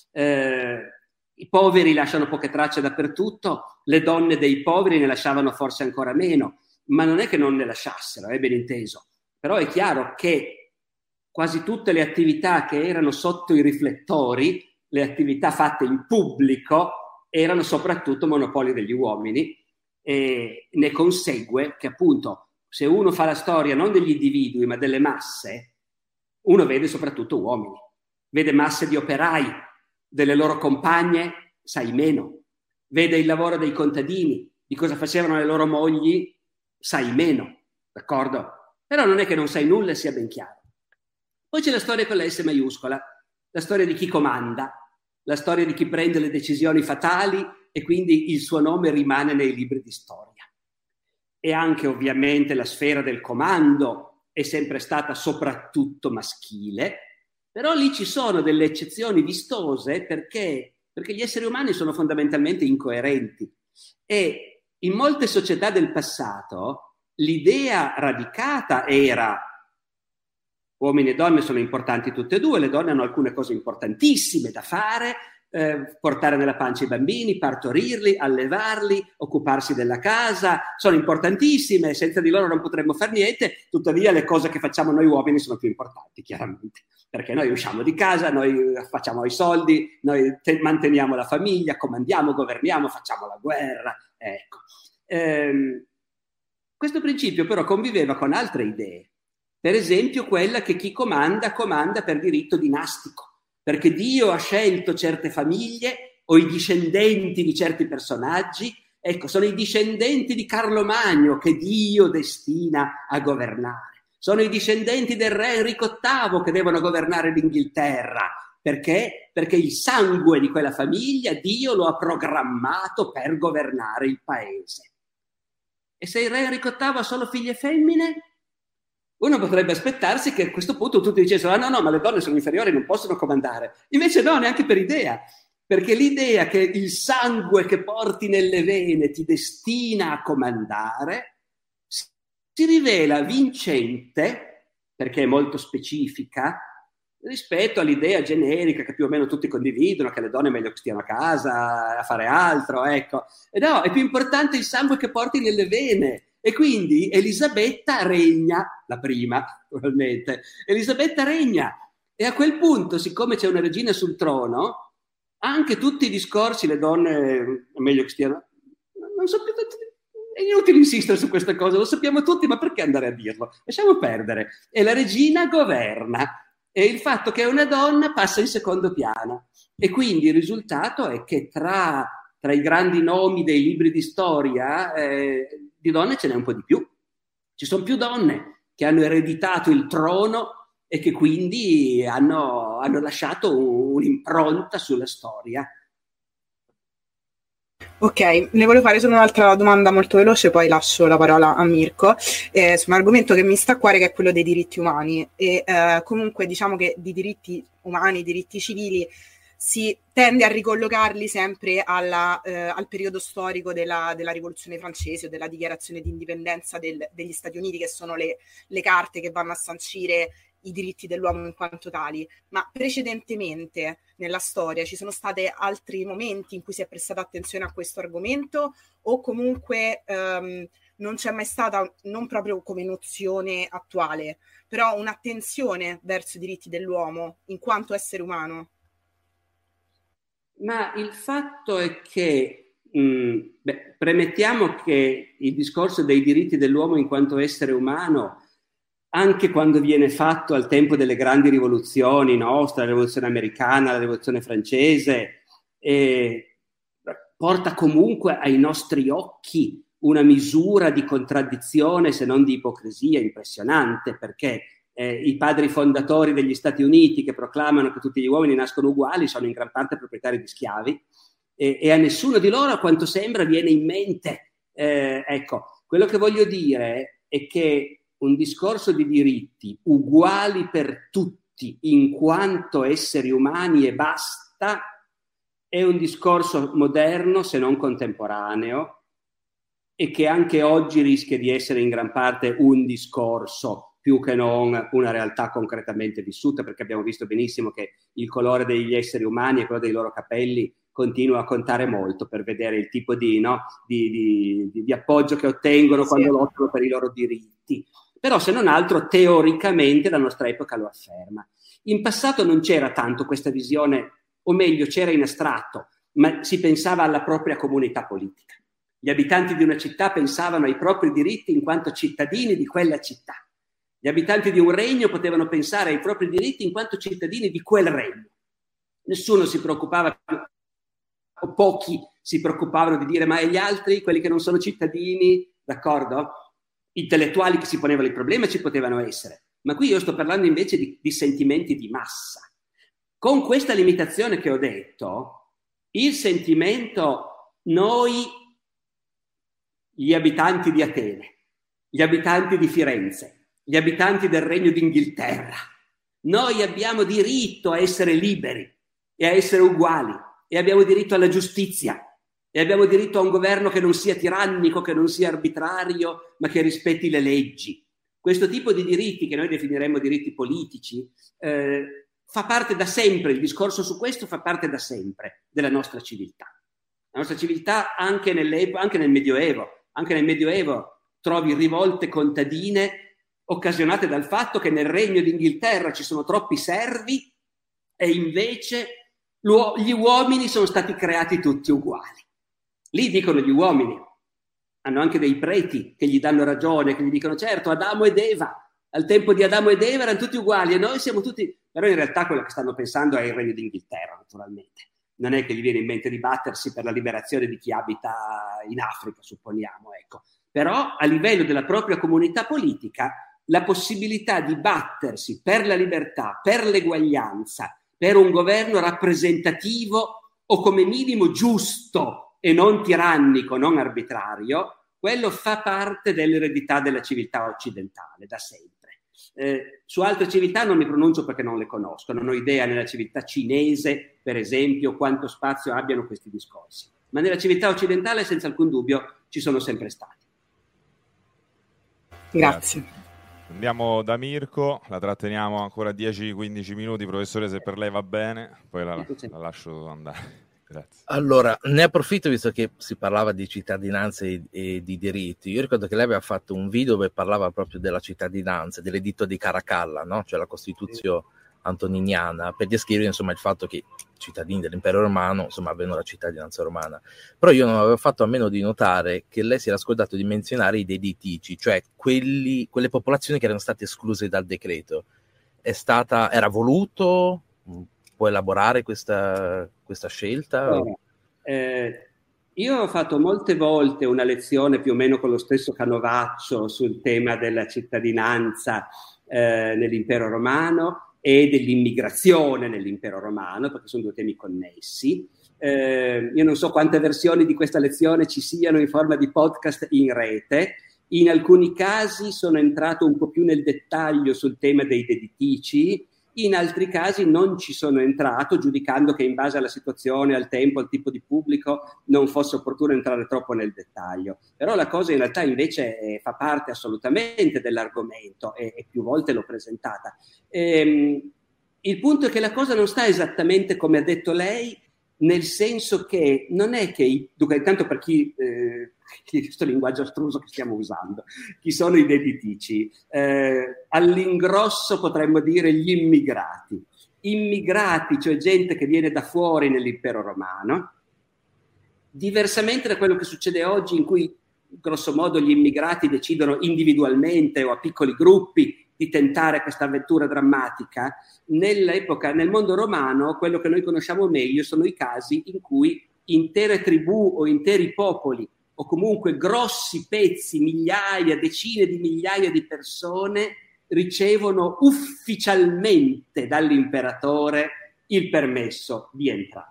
Eh, I poveri lasciano poche tracce dappertutto, le donne dei poveri ne lasciavano forse ancora meno, ma non è che non ne lasciassero, è ben inteso. Però è chiaro che quasi tutte le attività che erano sotto i riflettori, le attività fatte in pubblico, erano soprattutto monopoli degli uomini, e ne consegue che appunto se uno fa la storia non degli individui ma delle masse, uno vede soprattutto uomini, vede masse di operai, delle loro compagne sai meno, vede il lavoro dei contadini, di cosa facevano le loro mogli sai meno, d'accordo? Però non è che non sai nulla e sia ben chiaro. Poi c'è la storia con la S maiuscola, la storia di chi comanda, la storia di chi prende le decisioni fatali e quindi il suo nome rimane nei libri di storia. E anche ovviamente la sfera del comando è sempre stata soprattutto maschile, però lì ci sono delle eccezioni vistose perché, perché gli esseri umani sono fondamentalmente incoerenti, e in molte società del passato l'idea radicata era: uomini e donne sono importanti tutte e due, le donne hanno alcune cose importantissime da fare, eh, portare nella pancia i bambini, partorirli, allevarli, occuparsi della casa, sono importantissime, senza di loro non potremmo fare niente, tuttavia le cose che facciamo noi uomini sono più importanti, chiaramente, perché noi usciamo di casa, noi facciamo i soldi, noi te- manteniamo la famiglia, comandiamo, governiamo, facciamo la guerra, ecco. Ehm, questo principio però conviveva con altre idee. Per esempio quella che chi comanda, comanda per diritto dinastico, perché Dio ha scelto certe famiglie o i discendenti di certi personaggi. Ecco, sono i discendenti di Carlo Magno che Dio destina a governare. Sono i discendenti del re Enrico ottavo che devono governare l'Inghilterra. Perché? Perché il sangue di quella famiglia Dio lo ha programmato per governare il paese. E se il re Enrico ottavo ha solo figlie femmine, uno potrebbe aspettarsi che a questo punto tutti dicessero: ah no, no, ma le donne sono inferiori, non possono comandare. Invece no, neanche per idea, perché l'idea che il sangue che porti nelle vene ti destina a comandare si rivela vincente, perché è molto specifica, rispetto all'idea generica che più o meno tutti condividono, che le donne è meglio che stiano a casa a fare altro, ecco. E no, è più importante il sangue che porti nelle vene. E quindi Elisabetta regna, la prima, naturalmente, Elisabetta regna, e a quel punto, siccome c'è una regina sul trono, anche tutti i discorsi, le donne è meglio che stiano, non so più, è inutile insistere su questa cosa, lo sappiamo tutti, ma perché andare a dirlo? Lasciamo perdere. E la regina governa, e il fatto che è una donna passa in secondo piano, e quindi il risultato è che tra, tra i grandi nomi dei libri di storia, eh, di donne ce n'è un po' di più. Ci sono più donne che hanno ereditato il trono e che quindi hanno, hanno lasciato un'impronta sulla storia. Ok, ne volevo fare solo un'altra domanda molto veloce, poi lascio la parola a Mirko, eh, su un argomento che mi sta a cuore, che è quello dei diritti umani. E eh, comunque diciamo che di diritti umani, diritti civili, si tende a ricollocarli sempre alla, eh, al periodo storico della, della Rivoluzione francese o della dichiarazione di indipendenza del, degli Stati Uniti, che sono le, le carte che vanno a sancire i diritti dell'uomo in quanto tali. Ma precedentemente nella storia ci sono stati altri momenti in cui si è prestata attenzione a questo argomento, o comunque ehm, non c'è mai stata, non proprio come nozione attuale, però un'attenzione verso i diritti dell'uomo in quanto essere umano? Ma il fatto è che, mh, beh, premettiamo che il discorso dei diritti dell'uomo in quanto essere umano, anche quando viene fatto al tempo delle grandi rivoluzioni nostre, la rivoluzione americana, la rivoluzione francese, eh, porta comunque ai nostri occhi una misura di contraddizione, se non di ipocrisia, impressionante, perché Eh, i padri fondatori degli Stati Uniti, che proclamano che tutti gli uomini nascono uguali, sono in gran parte proprietari di schiavi, e, e a nessuno di loro, a quanto sembra, viene in mente. Eh, ecco, quello che voglio dire è che un discorso di diritti uguali per tutti tutti in quanto esseri umani e basta, è un discorso moderno se non contemporaneo, e che anche oggi rischia di essere in gran parte un discorso più che non una realtà concretamente vissuta, perché abbiamo visto benissimo che il colore degli esseri umani e quello dei loro capelli continua a contare molto per vedere il tipo di, no, di, di, di appoggio che ottengono, sì, quando lottano per i loro diritti. Però se non altro teoricamente la nostra epoca lo afferma. In passato non c'era tanto questa visione, o meglio c'era in astratto, ma si pensava alla propria comunità politica. Gli abitanti di una città pensavano ai propri diritti in quanto cittadini di quella città. Gli abitanti di un regno potevano pensare ai propri diritti in quanto cittadini di quel regno. Nessuno si preoccupava, o pochi si preoccupavano di dire ma e gli altri, quelli che non sono cittadini, d'accordo? Intellettuali che si ponevano il problema ci potevano essere. Ma qui io sto parlando invece di, di sentimenti di massa. Con questa limitazione che ho detto, il sentimento noi, gli abitanti di Atene, gli abitanti di Firenze, gli abitanti del Regno d'Inghilterra, noi abbiamo diritto a essere liberi e a essere uguali, e abbiamo diritto alla giustizia, e abbiamo diritto a un governo che non sia tirannico, che non sia arbitrario, ma che rispetti le leggi. Questo tipo di diritti, che noi definiremmo diritti politici, eh, fa parte da sempre, il discorso su questo fa parte da sempre della nostra civiltà. La nostra civiltà anche, anche nel Medioevo, anche nel Medioevo trovi rivolte contadine occasionate dal fatto che nel Regno d'Inghilterra ci sono troppi servi e invece gli uomini sono stati creati tutti uguali. Lì dicono gli uomini, hanno anche dei preti che gli danno ragione, che gli dicono certo Adamo ed Eva, al tempo di Adamo ed Eva erano tutti uguali e noi siamo tutti... Però in realtà quello che stanno pensando è il Regno d'Inghilterra, naturalmente. Non è che gli viene in mente di battersi per la liberazione di chi abita in Africa, supponiamo, ecco. Però a livello della propria comunità politica la possibilità di battersi per la libertà, per l'eguaglianza, per un governo rappresentativo o come minimo giusto e non tirannico, non arbitrario, quello fa parte dell'eredità della civiltà occidentale da sempre. Eh, su altre civiltà non mi pronuncio perché non le conosco, non ho idea nella civiltà cinese, per esempio, quanto spazio abbiano questi discorsi, ma nella civiltà occidentale senza alcun dubbio ci sono sempre stati. Grazie. Andiamo da Mirko, la tratteniamo ancora dieci quindici minuti, professore, se per lei va bene, poi la, la lascio andare. Grazie. Allora, ne approfitto visto che si parlava di cittadinanza e, e di diritti. Io ricordo che lei aveva fatto un video dove parlava proprio della cittadinanza, dell'editto di Caracalla, no? Cioè la Costituzione antoniniana, per descrivere insomma il fatto che i cittadini dell'impero romano insomma avevano la cittadinanza romana. Però io non avevo fatto a meno di notare che lei si era scordato di menzionare i deditici, cioè quelli, quelle popolazioni che erano state escluse dal decreto. È stata, era voluto? Può elaborare questa, questa scelta? Allora, eh, io ho fatto molte volte una lezione più o meno con lo stesso canovaccio sul tema della cittadinanza eh, nell'impero romano e dell'immigrazione nell'impero romano, perché sono due temi connessi. Eh, io non so quante versioni di questa lezione ci siano in forma di podcast in rete. In alcuni casi sono entrato un po' più nel dettaglio sul tema dei deditici, in altri casi non ci sono entrato, giudicando che in base alla situazione, al tempo, al tipo di pubblico non fosse opportuno entrare troppo nel dettaglio. Però la cosa in realtà invece eh, fa parte assolutamente dell'argomento e, e più volte l'ho presentata. Ehm, il punto è che la cosa non sta esattamente come ha detto lei, nel senso che non è che, dunque, intanto per chi, eh, questo linguaggio astruso che stiamo usando, chi sono i deditici? Eh, all'ingrosso potremmo dire gli immigrati. Immigrati, cioè gente che viene da fuori nell'impero romano, diversamente da quello che succede oggi in cui grosso modo gli immigrati decidono individualmente o a piccoli gruppi di tentare questa avventura drammatica. Nell'epoca, nel mondo romano, quello che noi conosciamo meglio sono i casi in cui intere tribù o interi popoli o comunque grossi pezzi, migliaia, decine di migliaia di persone ricevono ufficialmente dall'imperatore il permesso di entrare.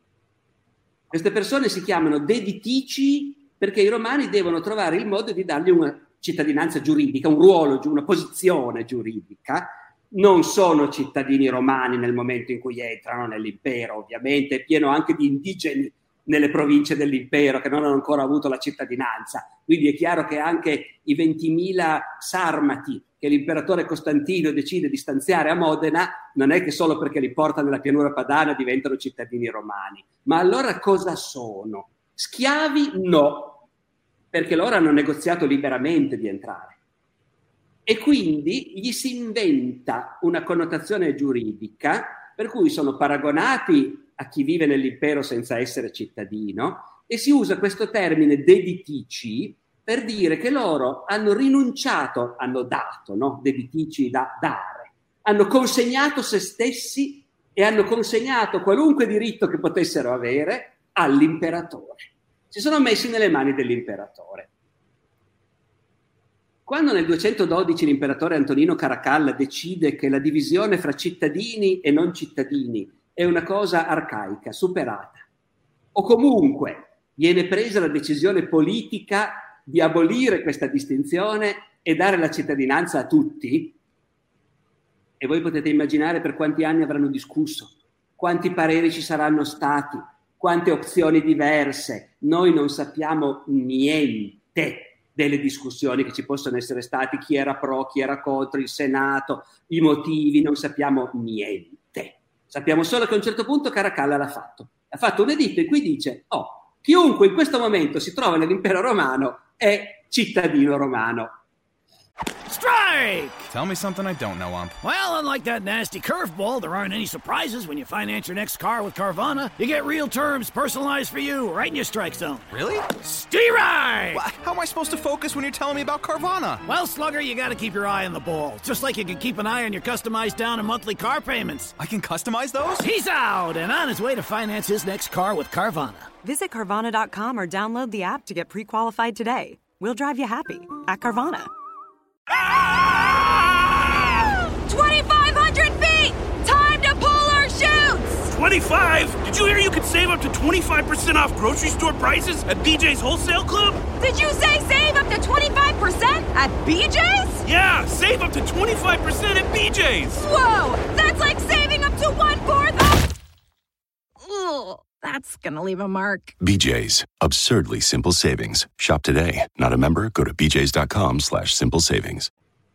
Queste persone si chiamano deditici perché i romani devono trovare il modo di dargli una cittadinanza giuridica, un ruolo, una posizione giuridica, non sono cittadini romani nel momento in cui entrano nell'impero, ovviamente, è pieno anche di indigeni nelle province dell'impero che non hanno ancora avuto la cittadinanza, quindi è chiaro che anche i ventimila sarmati che l'imperatore Costantino decide di stanziare a Modena non è che solo perché li porta nella pianura padana diventano cittadini romani. Ma allora cosa sono? Schiavi? No, perché loro hanno negoziato liberamente di entrare. E quindi gli si inventa una connotazione giuridica per cui sono paragonati a chi vive nell'impero senza essere cittadino, e si usa questo termine deditici per dire che loro hanno rinunciato, hanno dato, no? Deditici da dare, hanno consegnato se stessi e hanno consegnato qualunque diritto che potessero avere all'imperatore. Si sono messi nelle mani dell'imperatore. Quando nel duecentododici l'imperatore Antonino Caracalla decide che la divisione fra cittadini e non cittadini è una cosa arcaica, superata, o comunque viene presa la decisione politica di abolire questa distinzione e dare la cittadinanza a tutti, e voi potete immaginare per quanti anni avranno discusso, quanti pareri ci saranno stati, quante opzioni diverse. Noi non sappiamo niente delle discussioni che ci possono essere stati, chi era pro, chi era contro, il Senato, i motivi, non sappiamo niente. Sappiamo solo che a un certo punto Caracalla l'ha fatto. Ha fatto un editto in cui dice, oh, chiunque in questo momento si trova nell'impero romano è cittadino romano. Strike! Tell me something I don't know, Ump. Well, unlike that nasty curveball, there aren't any surprises when you finance your next car with Carvana. You get real terms personalized for you right in your strike zone. Really? Steeride! Well, how am I supposed to focus when you're telling me about Carvana? Well, Slugger, you gotta keep your eye on the ball. Just like you can keep an eye on your customized down and monthly car payments. I can customize those? He's out and on his way to finance his next car with Carvana. Visit Carvana dot com or download the app to get pre-qualified today. We'll drive you happy at Carvana. twenty-five hundred feet! Time to pull our chutes! twenty-five? Did you hear you could save up to twenty-five percent off grocery store prices at B J's Wholesale Club? Did you say save up to twenty-five percent at B J's? Yeah, save up to twenty-five percent at B J's! Whoa! That's like saving up to one-fourth of... Ugh, that's gonna leave a mark. B J's. Absurdly simple savings. Shop today. Not a member? Go to bjs.com slash simple savings.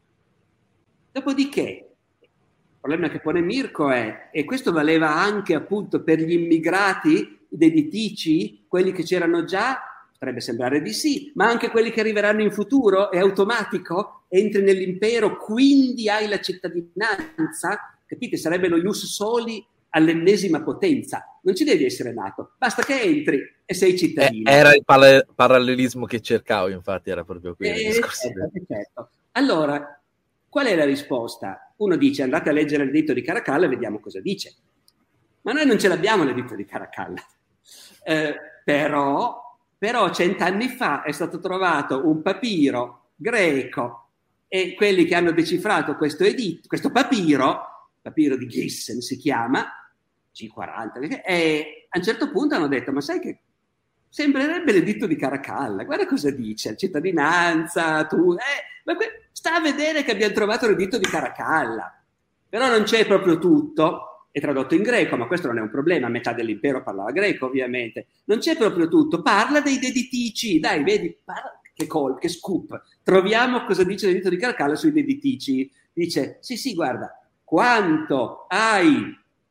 Dopodiché, il problema che pone Mirko è, e questo valeva anche appunto per gli immigrati deditici, quelli che c'erano già, potrebbe sembrare di sì, ma anche quelli che arriveranno in futuro, è automatico, entri nell'impero, quindi hai la cittadinanza, capite? Sarebbe lo ius soli all'ennesima potenza. Non ci devi essere nato, basta che entri e sei cittadino. Eh, era il pale- parallelismo che cercavo, infatti, era proprio qui. Eh, certo, certo. Allora, qual è la risposta? Uno dice, andate a leggere l'editto di Caracalla e vediamo cosa dice. Ma noi non ce l'abbiamo l'editto di Caracalla. Eh, però, però cent'anni fa è stato trovato un papiro greco e quelli che hanno decifrato questo editto, questo papiro, papiro di Gissen si chiama, G quaranta, e a un certo punto hanno detto, ma sai che sembrerebbe l'editto di Caracalla, guarda cosa dice, cittadinanza, tu, eh, ma que- sta a vedere che abbiamo trovato l'editto di Caracalla, però non c'è proprio tutto, è tradotto in greco, ma questo non è un problema, metà dell'impero parlava greco ovviamente, non c'è proprio tutto, parla dei deditici, dai, vedi, parla, che call, che scoop, troviamo cosa dice l'editto di Caracalla sui deditici, dice, sì sì, guarda, quanto ai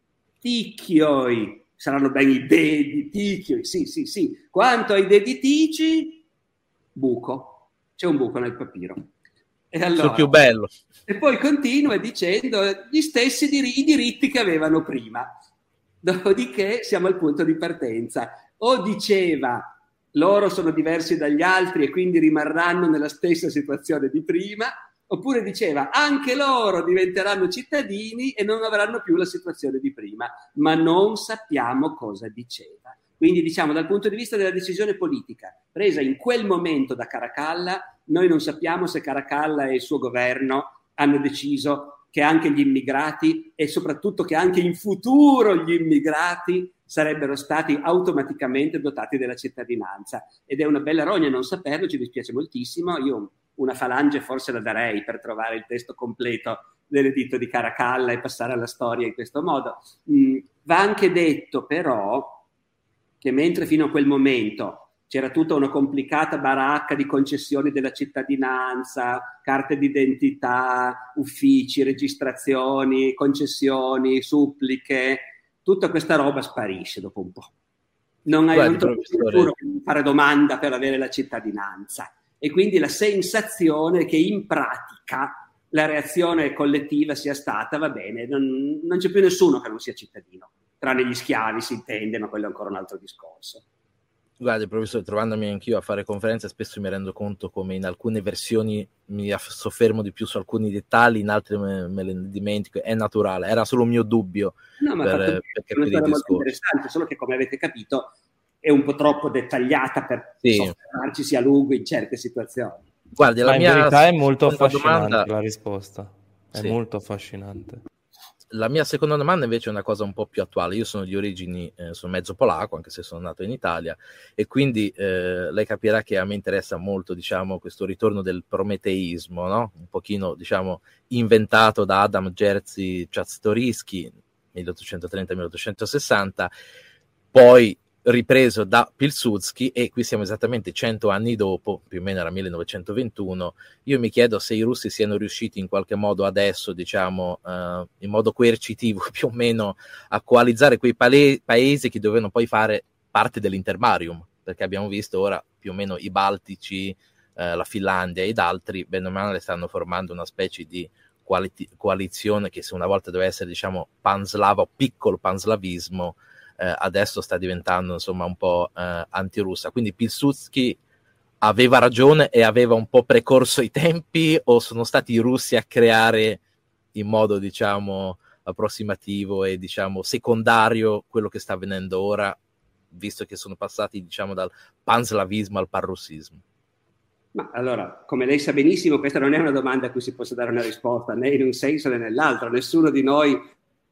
ticchioi, saranno ben i dediticchi, sì, sì, sì. Quanto ai deditici, buco. C'è un buco nel papiro. E allora, il più bello. E poi continua dicendo gli stessi dir- i diritti che avevano prima. Dopodiché siamo al punto di partenza. O diceva loro sono diversi dagli altri e quindi rimarranno nella stessa situazione di prima, oppure diceva anche loro diventeranno cittadini e non avranno più la situazione di prima, ma non sappiamo cosa diceva. Quindi diciamo dal punto di vista della decisione politica presa in quel momento da Caracalla, noi non sappiamo se Caracalla e il suo governo hanno deciso che anche gli immigrati e soprattutto che anche in futuro gli immigrati sarebbero stati automaticamente dotati della cittadinanza. Ed è una bella rogna non saperlo, ci dispiace moltissimo, io una falange forse la darei per trovare il testo completo dell'editto di Caracalla e passare alla storia in questo modo. Mm, va anche detto però che mentre fino a quel momento c'era tutta una complicata baracca di concessioni della cittadinanza, carte d'identità, uffici, registrazioni, concessioni, suppliche, tutta questa roba sparisce dopo un po'. Non hai Guardi, non nessuno che fare domanda per avere la cittadinanza, e quindi la sensazione che in pratica la reazione collettiva sia stata: va bene, non, non c'è più nessuno che non sia cittadino, tranne gli schiavi, si intende, ma quello è ancora un altro discorso. Guardi, professore, trovandomi anch'io a fare conferenze, spesso mi rendo conto come in alcune versioni mi soffermo di più su alcuni dettagli, in altre me, me le dimentico. È naturale, era solo un mio dubbio. No, ma per, per capire è una molto interessante, solo che, come avete capito, è un po' troppo dettagliata per sì. soffermarci a lungo in certe situazioni. Guardi, la ma mia in verità è molto affascinante domanda... la risposta. È sì. molto affascinante. La mia seconda domanda invece è una cosa un po' più attuale. Io sono di origini, eh, sono mezzo polacco, anche se sono nato in Italia, e quindi eh, lei capirà che a me interessa molto, diciamo, questo ritorno del prometeismo, no? Un pochino, diciamo, inventato da Adam Jerzy Czartoryski, milleottocentotrenta milleottocentosessanta, poi ripreso da Pilsudski, e qui siamo esattamente cento anni dopo, più o meno era millenovecentoventuno. Io mi chiedo se i russi siano riusciti in qualche modo adesso, diciamo, uh, in modo coercitivo più o meno, a coalizzare quei pale- paesi che dovevano poi fare parte dell'Intermarium, perché abbiamo visto ora più o meno i Baltici, uh, la Finlandia ed altri, bene o male, stanno formando una specie di quali- coalizione che, se una volta doveva essere, diciamo, panslava o piccolo panslavismo, Eh, adesso sta diventando, insomma, un po' eh, antirussa. Quindi Pilsudski aveva ragione e aveva un po' precorso i tempi, o sono stati i russi a creare in modo, diciamo, approssimativo e, diciamo, secondario quello che sta avvenendo ora, visto che sono passati, diciamo, dal panslavismo al panrussismo? Ma allora, come lei sa benissimo, questa non è una domanda a cui si possa dare una risposta né in un senso né nell'altro. Nessuno di noi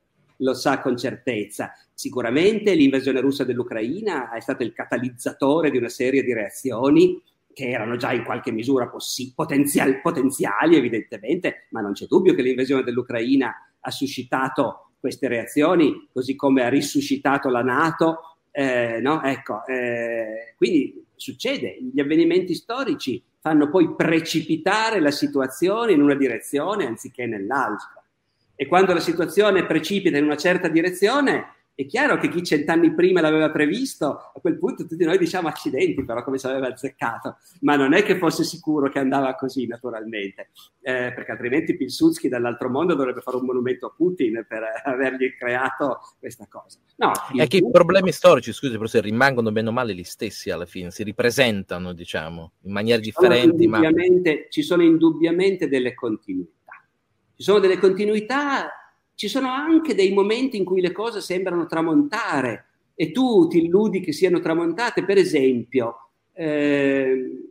lo sa con certezza. Sicuramente l'invasione russa dell'Ucraina è stato il catalizzatore di una serie di reazioni che erano già in qualche misura possi- potenzial- potenziali, evidentemente, ma non c'è dubbio che l'invasione dell'Ucraina ha suscitato queste reazioni, così come ha risuscitato la NATO. Eh, no? Ecco, eh, quindi succede, gli avvenimenti storici fanno poi precipitare la situazione in una direzione anziché nell'altra. E quando la situazione precipita in una certa direzione, è chiaro che chi cent'anni prima l'aveva previsto, a quel punto tutti noi diciamo accidenti, però come ci aveva azzeccato. Ma non è che fosse sicuro che andava così, naturalmente, eh, perché altrimenti Pilsudski dall'altro mondo dovrebbe fare un monumento a Putin per avergli creato questa cosa. No, è che i problemi storici, scusi professore, rimangono bene o male gli stessi alla fine, si ripresentano, diciamo, in maniere differenti. Ma ci sono indubbiamente delle continuità. Ci sono delle continuità, ci sono anche dei momenti in cui le cose sembrano tramontare e tu ti illudi che siano tramontate. Per esempio, eh,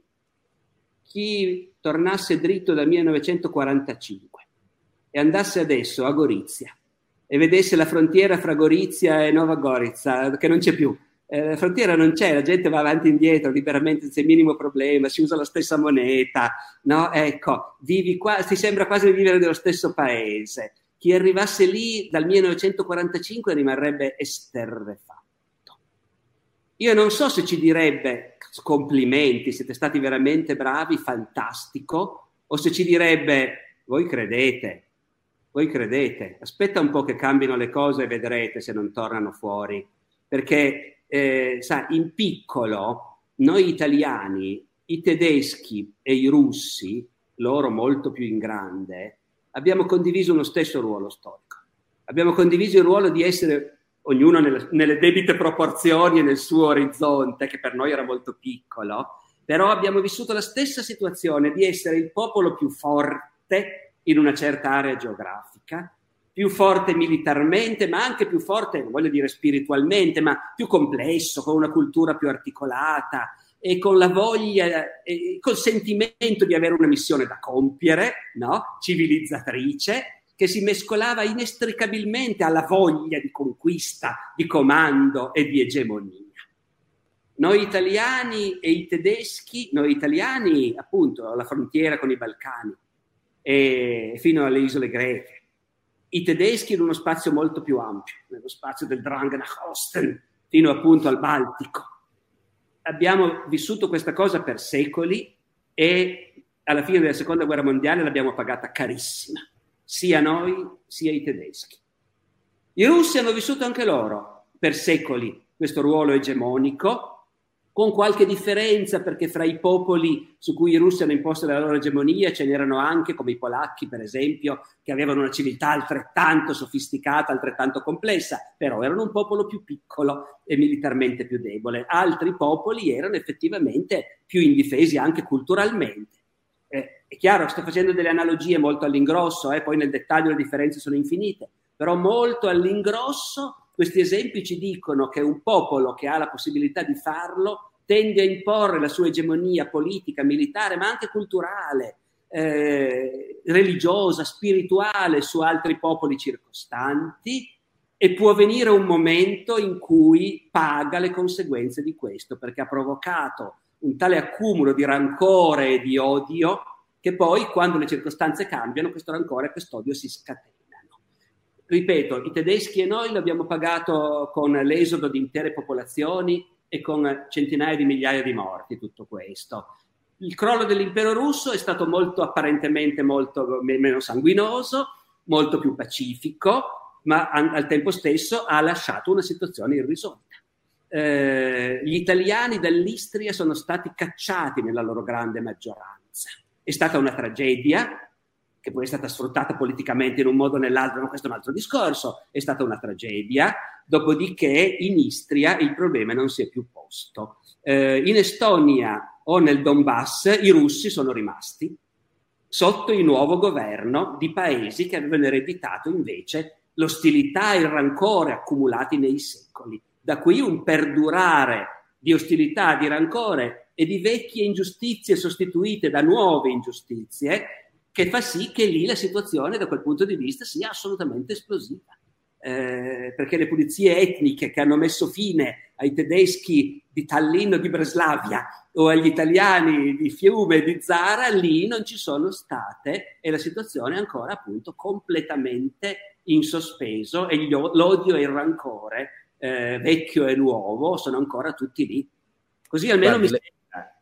chi tornasse dritto dal millenovecentoquarantacinque e andasse adesso a Gorizia e vedesse la frontiera fra Gorizia e Nova Gorica, che non c'è più, eh, la frontiera non c'è, la gente va avanti e indietro liberamente senza il minimo problema, si usa la stessa moneta, no? Ecco, vivi qua, ti sembra quasi di vivere nello stesso paese. Chi arrivasse lì dal millenovecentoquarantacinque rimarrebbe esterrefatto. Io non so se ci direbbe complimenti, siete stati veramente bravi, fantastico, o se ci direbbe voi credete, voi credete, aspetta un po' che cambino le cose e vedrete se non tornano fuori. Perché, eh, sa, in piccolo, noi italiani, i tedeschi e i russi, loro molto più in grande, abbiamo condiviso uno stesso ruolo storico. Abbiamo condiviso il ruolo di essere, ognuno nelle, nelle debite proporzioni e nel suo orizzonte, che per noi era molto piccolo, però abbiamo vissuto la stessa situazione di essere il popolo più forte in una certa area geografica, più forte militarmente, ma anche più forte, non voglio dire spiritualmente, ma più complesso, con una cultura più articolata e con la voglia e col sentimento di avere una missione da compiere, no? Civilizzatrice, che si mescolava inestricabilmente alla voglia di conquista, di comando e di egemonia. Noi italiani e i tedeschi, noi italiani appunto alla frontiera con i Balcani e fino alle isole greche, i tedeschi in uno spazio molto più ampio, nello spazio del Drang nach Osten, fino appunto al Baltico. Abbiamo vissuto questa cosa per secoli e alla fine della seconda guerra mondiale l'abbiamo pagata carissima, sia noi sia i tedeschi. I russi hanno vissuto anche loro per secoli questo ruolo egemonico, con qualche differenza, perché fra i popoli su cui i russi hanno imposto la loro egemonia ce n'erano anche, come i polacchi per esempio, che avevano una civiltà altrettanto sofisticata, altrettanto complessa, però erano un popolo più piccolo e militarmente più debole. Altri popoli erano effettivamente più indifesi anche culturalmente. Eh, è chiaro, sto facendo delle analogie molto all'ingrosso, eh, poi nel dettaglio le differenze sono infinite, però molto all'ingrosso questi esempi ci dicono che un popolo che ha la possibilità di farlo tende a imporre la sua egemonia politica, militare, ma anche culturale, eh, religiosa, spirituale su altri popoli circostanti, e può venire un momento in cui paga le conseguenze di questo, perché ha provocato un tale accumulo di rancore e di odio che poi, quando le circostanze cambiano, questo rancore e quest'odio si scatenano. Ripeto, i tedeschi e noi l'abbiamo pagato con l'esodo di intere popolazioni e con centinaia di migliaia di morti, tutto questo. Il crollo dell'impero russo è stato molto, apparentemente molto meno sanguinoso, molto più pacifico, ma al tempo stesso ha lasciato una situazione irrisolta. Eh, gli italiani dall'Istria sono stati cacciati nella loro grande maggioranza. È stata una tragedia, che poi è stata sfruttata politicamente in un modo o nell'altro, ma questo è un altro discorso, è stata una tragedia, dopodiché in Istria il problema non si è più posto. Eh, in Estonia o nel Donbass i russi sono rimasti sotto il nuovo governo di paesi che avevano ereditato invece l'ostilità e il rancore accumulati nei secoli. Da qui un perdurare di ostilità, di rancore e di vecchie ingiustizie sostituite da nuove ingiustizie, che fa sì che lì la situazione da quel punto di vista sia assolutamente esplosiva. Eh, perché le pulizie etniche che hanno messo fine ai tedeschi di Tallinn o di Breslavia o agli italiani di Fiume e di Zara, lì non ci sono state e la situazione è ancora appunto completamente in sospeso e gli, l'odio e il rancore eh, vecchio e nuovo sono ancora tutti lì. Così almeno Guardi, mi le...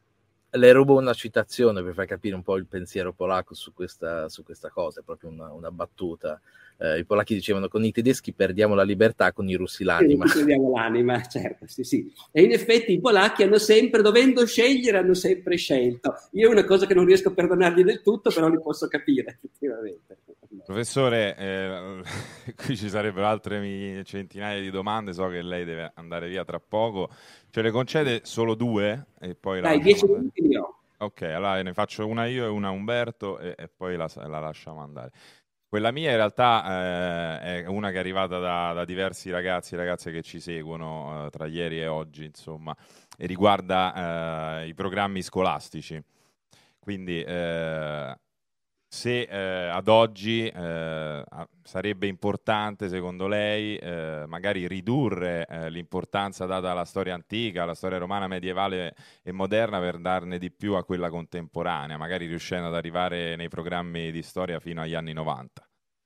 Le rubo una citazione per far capire un po' il pensiero polacco su questa, su questa cosa, è proprio una, una battuta. Eh, I polacchi dicevano: con i tedeschi perdiamo la libertà, con i russi l'anima. Sì, perdiamo l'anima, certo, sì, sì. E in effetti i polacchi hanno sempre, dovendo scegliere, hanno sempre scelto. Io è una cosa che non riesco a perdonargli del tutto, però li posso capire, effettivamente. Professore, eh, qui ci sarebbero altre centinaia di domande, so che lei deve andare via tra poco. Ce le concede solo due? E poi Dai, dieci minuti ne ho. Ok, allora ne faccio una io e una a Umberto e, e poi la, la lasciamo andare. Quella mia in realtà eh, è una che è arrivata da, da diversi ragazzi e ragazze che ci seguono eh, tra ieri e oggi, insomma, e riguarda eh, i programmi scolastici. Quindi eh, se eh, ad oggi eh, sarebbe importante, secondo lei, eh, magari ridurre eh, l'importanza data alla storia antica, alla storia romana, medievale e moderna, per darne di più a quella contemporanea, magari riuscendo ad arrivare nei programmi di storia fino agli anni novanta.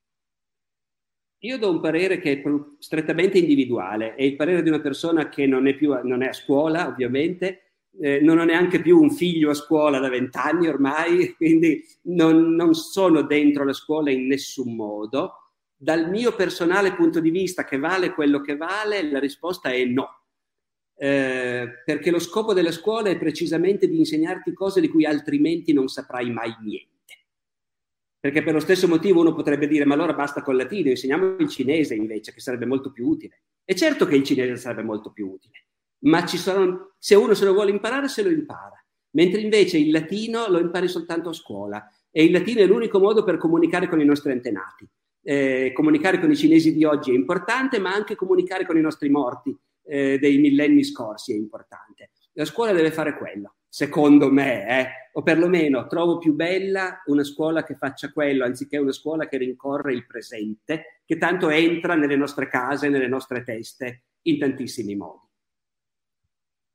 Io do un parere che è strettamente individuale, è il parere di una persona che non è più non è a scuola, ovviamente. Eh, non ho neanche più un figlio a scuola da vent'anni ormai, quindi non, non sono dentro la scuola in nessun modo. Dal mio personale punto di vista, che vale quello che vale, la risposta è no. Eh, perché lo scopo della scuola è precisamente di insegnarti cose di cui altrimenti non saprai mai niente. Perché per lo stesso motivo uno potrebbe dire: ma allora basta col latino, insegniamo il cinese invece, che sarebbe molto più utile. E certo che il cinese sarebbe molto più utile, ma ci sono, se uno se lo vuole imparare, se lo impara. Mentre invece il latino lo impari soltanto a scuola. E il latino è l'unico modo per comunicare con i nostri antenati. Eh, comunicare con i cinesi di oggi è importante, ma anche comunicare con i nostri morti eh, dei millenni scorsi è importante. La scuola deve fare quello, secondo me, eh. o perlomeno trovo più bella una scuola che faccia quello, anziché una scuola che rincorre il presente, che tanto entra nelle nostre case, nelle nostre teste, in tantissimi modi.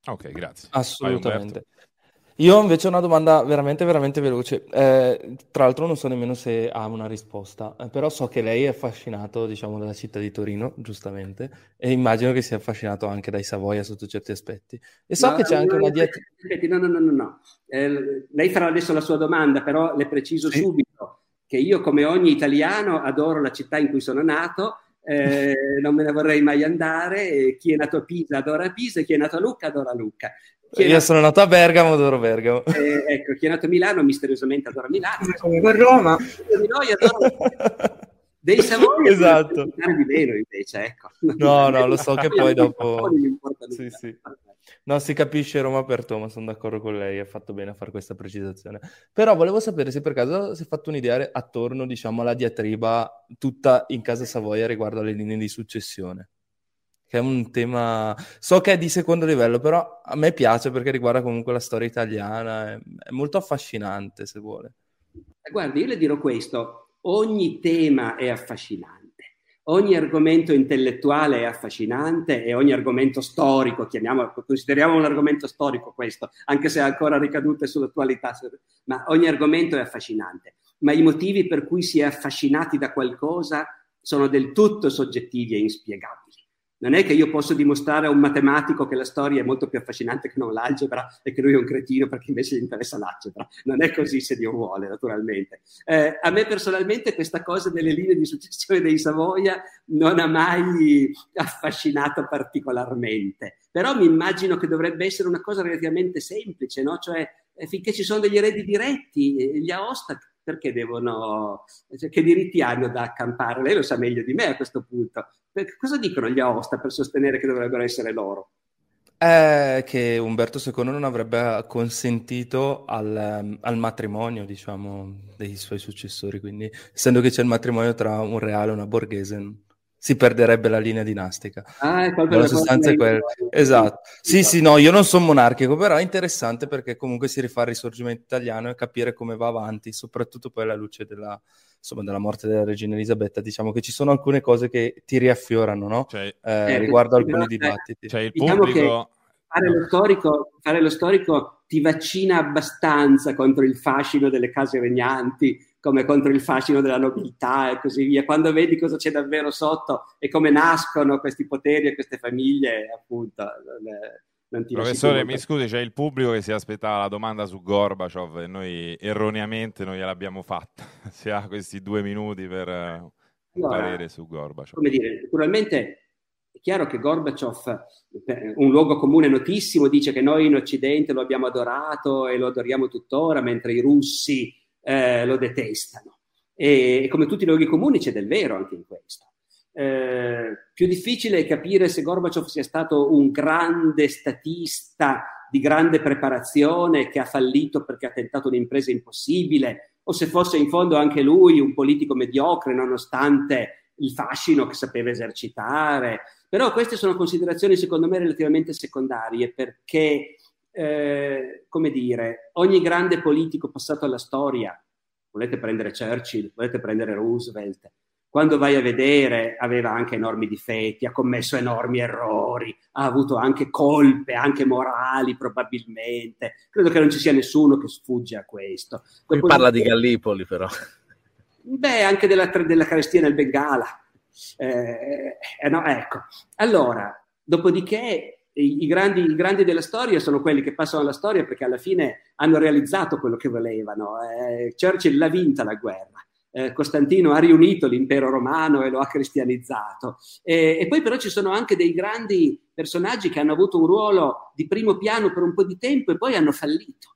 Ok, grazie. Assolutamente. Io invece ho una domanda veramente, veramente veloce. Eh, tra l'altro non so nemmeno se ha una risposta, eh, però so che lei è affascinato, diciamo, dalla città di Torino, giustamente, e immagino che sia affascinato anche dai Savoia sotto certi aspetti. E so no, che c'è no, anche no, una dieta... aspetti, no, no, no, no, no. Eh, lei farà adesso la sua domanda, però le preciso sì. subito che io, come ogni italiano, adoro la città in cui sono nato, eh, non me ne vorrei mai andare, e chi è nato a Pisa adora Pisa, e chi è nato a Lucca adora Lucca. Chi Io nato... sono nato a Bergamo, adoro Bergamo. Eh, ecco, chi è nato a Milano misteriosamente adora Milano. Come con Roma. Io di noi adoro dei Savoia, esatto. Di meno invece, ecco. No, no, lo so che poi dopo... Non mi importa sì, sì. No, si capisce Roma per Toma, sono d'accordo con lei, ha fatto bene a fare questa precisazione. Però volevo sapere se per caso si è fatto un'idea attorno, diciamo, alla diatriba tutta in casa Savoia riguardo alle linee di successione. Che è un tema, so che è di secondo livello, però a me piace perché riguarda comunque la storia italiana, è, è molto affascinante, se vuole. Guardi, io le dirò questo, ogni tema è affascinante, ogni argomento intellettuale è affascinante e ogni argomento storico, chiamiamolo, consideriamo un argomento storico questo, anche se ha ancora ricadute sull'attualità, ma ogni argomento è affascinante, ma i motivi per cui si è affascinati da qualcosa sono del tutto soggettivi e inspiegabili. Non è che io posso dimostrare a un matematico che la storia è molto più affascinante che non l'algebra e che lui è un cretino perché invece gli interessa l'algebra. Non è così, se Dio vuole, naturalmente. Eh, a me personalmente questa cosa delle linee di successione dei Savoia non ha mai affascinato particolarmente. Però mi immagino che dovrebbe essere una cosa relativamente semplice, no? Cioè, eh, finché ci sono degli eredi diretti, eh, gli Aosta perché devono, cioè, che diritti hanno da accampare? Lei lo sa meglio di me a questo punto. Perché cosa dicono gli Aosta per sostenere che dovrebbero essere loro? È che Umberto secondo non avrebbe consentito al, al matrimonio, diciamo, dei suoi successori, quindi essendo che c'è il matrimonio tra un reale e una borghese si perderebbe la linea dinastica. Ah, è proprio la sostanza è quella. Esatto. Sì, sì, no, io non sono monarchico, però è interessante perché comunque si rifà al risorgimento italiano e capire come va avanti, soprattutto poi alla luce della, insomma, della morte della regina Elisabetta. Diciamo che ci sono alcune cose che ti riaffiorano, no? Cioè, eh, eh, riguardo eh, alcuni eh, dibattiti. Cioè il diciamo pubblico... Fare lo, storico, fare lo storico ti vaccina abbastanza contro il fascino delle case regnanti, come contro il fascino della nobiltà e così via. Quando vedi cosa c'è davvero sotto e come nascono questi poteri e queste famiglie, appunto, non, è, non ti Professore, mi scusi, c'è il pubblico che si aspettava la domanda su Gorbaciov e noi erroneamente non gliel'abbiamo fatta. Si ha questi due minuti per uh, un allora, parere su Gorbaciov. Come dire, naturalmente è chiaro che Gorbaciov, un luogo comune notissimo, dice che noi in Occidente lo abbiamo adorato e lo adoriamo tuttora, mentre i russi eh, lo detestano. E, e come tutti i luoghi comuni c'è del vero anche in questo. Eh, più difficile è capire se Gorbaciov sia stato un grande statista di grande preparazione che ha fallito perché ha tentato un'impresa impossibile, o se fosse in fondo anche lui un politico mediocre nonostante il fascino che sapeva esercitare. Però queste sono considerazioni secondo me relativamente secondarie perché, eh, come dire, ogni grande politico passato alla storia, volete prendere Churchill, volete prendere Roosevelt, quando vai a vedere aveva anche enormi difetti, ha commesso enormi errori, ha avuto anche colpe, anche morali probabilmente. Credo che non ci sia nessuno che sfugge a questo. Qui Dopo parla di Gallipoli però. Beh, anche della, della carestia nel Bengala. Eh, eh, no, ecco. Allora, dopodiché i, i, grandi, i grandi della storia sono quelli che passano alla storia perché alla fine hanno realizzato quello che volevano. Eh, Churchill l'ha vinta la guerra. Eh, Costantino ha riunito l'impero romano e lo ha cristianizzato. E, e poi però ci sono anche dei grandi personaggi che hanno avuto un ruolo di primo piano per un po' di tempo e poi hanno fallito.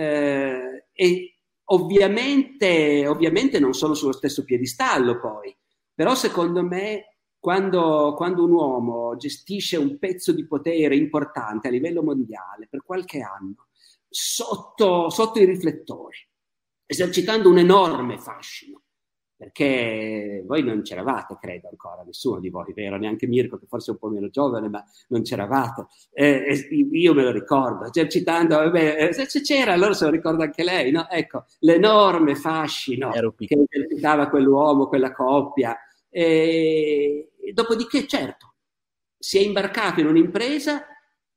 Eh, e ovviamente, ovviamente non sono sullo stesso piedistallo poi. Però secondo me quando, quando un uomo gestisce un pezzo di potere importante a livello mondiale per qualche anno, sotto, sotto i riflettori, esercitando un enorme fascino, perché voi non c'eravate, credo ancora, nessuno di voi, vero? Neanche Mirko, che forse è un po' meno giovane, ma non c'eravate. Eh, io me lo ricordo, esercitando, vabbè, se c'era, allora se lo ricorda anche lei, no? Ecco, l'enorme fascino che esercitava quell'uomo, quella coppia. E, e dopodiché, certo, si è imbarcato in un'impresa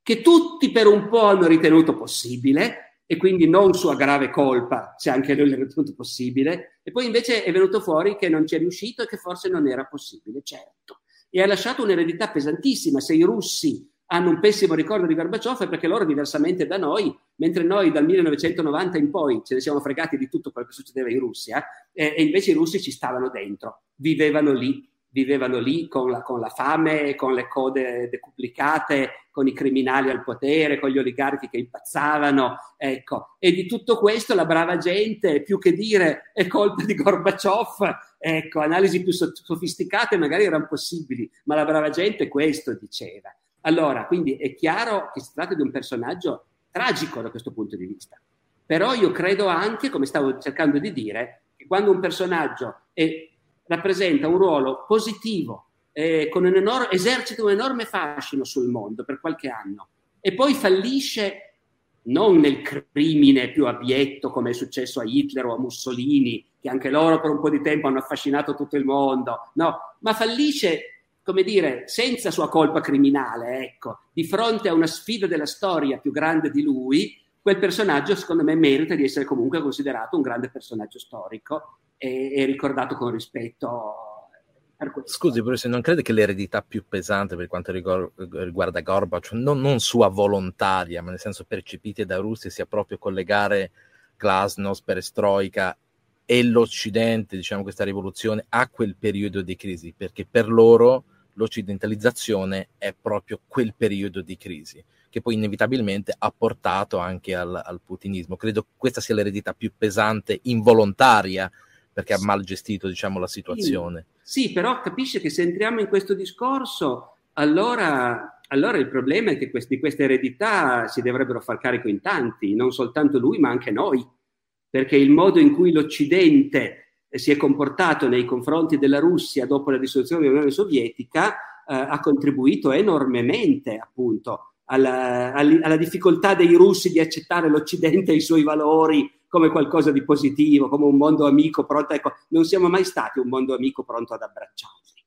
che tutti per un po' hanno ritenuto possibile, e quindi non sua grave colpa se anche lui l'ha ritenuto possibile, e poi invece è venuto fuori che non ci è riuscito e che forse non era possibile, certo. E ha lasciato un'eredità pesantissima. Se i russi hanno un pessimo ricordo di Gorbaciov è perché loro, diversamente da noi, mentre noi dal millenovecentonovanta in poi ce ne siamo fregati di tutto quello che succedeva in Russia, eh, e invece i russi ci stavano dentro, vivevano lì, vivevano lì con la, con la fame, con le code decuplicate, con i criminali al potere, con gli oligarchi che impazzavano, ecco. E di tutto questo la brava gente, più che dire è colpa di Gorbaciov, ecco, analisi più sofisticate magari erano possibili, ma la brava gente questo diceva. Allora, quindi è chiaro che si tratta di un personaggio tragico da questo punto di vista. Però io credo anche, come stavo cercando di dire, che quando un personaggio è, rappresenta un ruolo positivo, eh, con un enorme, esercita un enorme fascino sul mondo per qualche anno, e poi fallisce non nel crimine più abietto come è successo a Hitler o a Mussolini, che anche loro per un po' di tempo hanno affascinato tutto il mondo, no, ma fallisce, come dire, senza sua colpa criminale, ecco, di fronte a una sfida della storia più grande di lui. Quel personaggio, secondo me, merita di essere comunque considerato un grande personaggio storico e, e ricordato con rispetto per questo. Scusi, professore, non crede che l'eredità più pesante per quanto riguarda Gorbaciov, non, non sua volontaria, ma nel senso percepita da russi, sia proprio collegare glasnost, perestroika e l'Occidente, diciamo, questa rivoluzione, a quel periodo di crisi, perché per loro l'occidentalizzazione è proprio quel periodo di crisi, che poi inevitabilmente ha portato anche al, al putinismo. Credo questa sia l'eredità più pesante, involontaria, perché ha mal gestito, diciamo, la situazione. Sì, sì, però capisce che se entriamo in questo discorso, allora, allora il problema è che questi, queste eredità si dovrebbero far carico in tanti, non soltanto lui, ma anche noi, perché il modo in cui l'Occidente si è comportato nei confronti della Russia dopo la dissoluzione dell'Unione Sovietica eh, ha contribuito enormemente, appunto, alla, alla difficoltà dei russi di accettare l'Occidente e i suoi valori come qualcosa di positivo, come un mondo amico pronto. Ecco, non siamo mai stati un mondo amico pronto ad abbracciarli.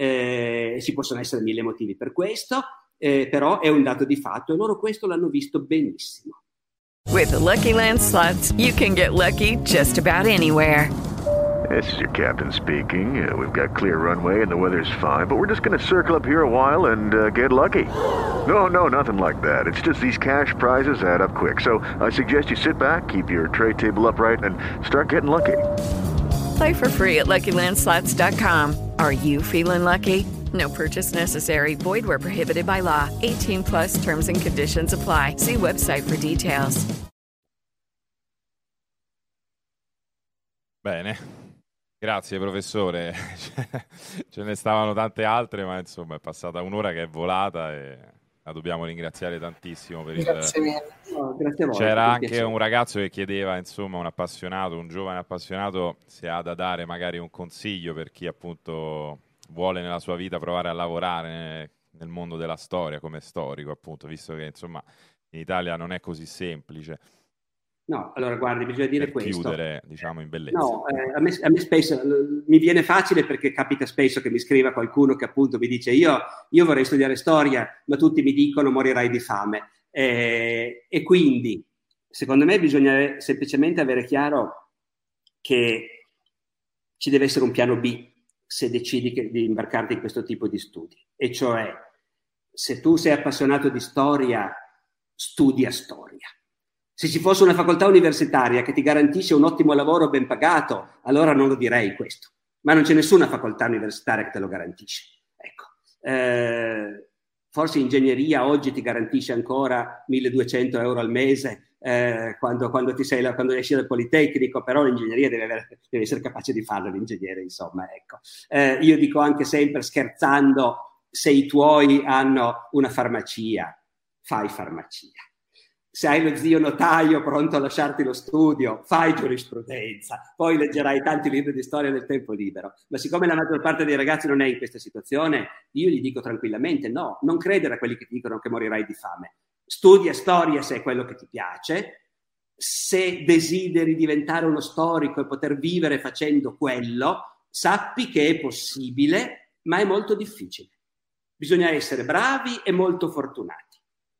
Eh, ci possono essere mille motivi per questo, eh, però è un dato di fatto e loro questo l'hanno visto benissimo. With the Lucky Land Slots, you can get lucky just about anywhere. This is your captain speaking. Uh, we've got clear runway and the weather's fine, but we're just going to circle up here a while and uh, get lucky. No, no, nothing like that. It's just these cash prizes add up quick. So I suggest you sit back, keep your tray table upright, and start getting lucky. Play for free at Lucky Land Slots dot com. Are you feeling lucky? No purchase necessary. Void where prohibited by law. eighteen plus terms and conditions apply. See website for details. Bene. Grazie professore, ce ne stavano tante altre, ma insomma è passata un'ora che è volata e la dobbiamo ringraziare tantissimo per grazie il... mille. No, grazie a voi, C'era anche piacere. Un ragazzo che chiedeva, insomma, un appassionato, un giovane appassionato, se ha da dare magari un consiglio per chi appunto vuole nella sua vita provare a lavorare nel mondo della storia come storico, appunto, visto che insomma in Italia non è così semplice. No, allora guardi, bisogna dire per questo. chiudere, diciamo, in bellezza. No, eh, a, me, a me spesso mi viene facile perché capita spesso che mi scriva qualcuno che appunto mi dice io, io vorrei studiare storia, ma tutti mi dicono morirai di fame. Eh, e quindi, secondo me, bisogna semplicemente avere chiaro che ci deve essere un piano B se decidi che, di imbarcarti in questo tipo di studi. E cioè, se tu sei appassionato di storia, studia storia. Se ci fosse una facoltà universitaria che ti garantisce un ottimo lavoro ben pagato, allora non lo direi questo. Ma non c'è nessuna facoltà universitaria che te lo garantisce. Ecco. Eh, forse ingegneria oggi ti garantisce ancora milleduecento euro al mese eh, quando, quando, ti sei, quando esci dal Politecnico, però l'ingegneria deve, avere, deve essere capace di farlo l'ingegnere, insomma. Ecco. Eh, io dico anche sempre scherzando, se i tuoi hanno una farmacia, fai farmacia. Se hai lo zio notaio pronto a lasciarti lo studio, fai giurisprudenza, poi leggerai tanti libri di storia nel tempo libero. Ma siccome la maggior parte dei ragazzi non è in questa situazione, io gli dico tranquillamente no, non credere a quelli che ti dicono che morirai di fame. Studia storia se è quello che ti piace, se desideri diventare uno storico e poter vivere facendo quello, sappi che è possibile, ma è molto difficile. Bisogna essere bravi e molto fortunati.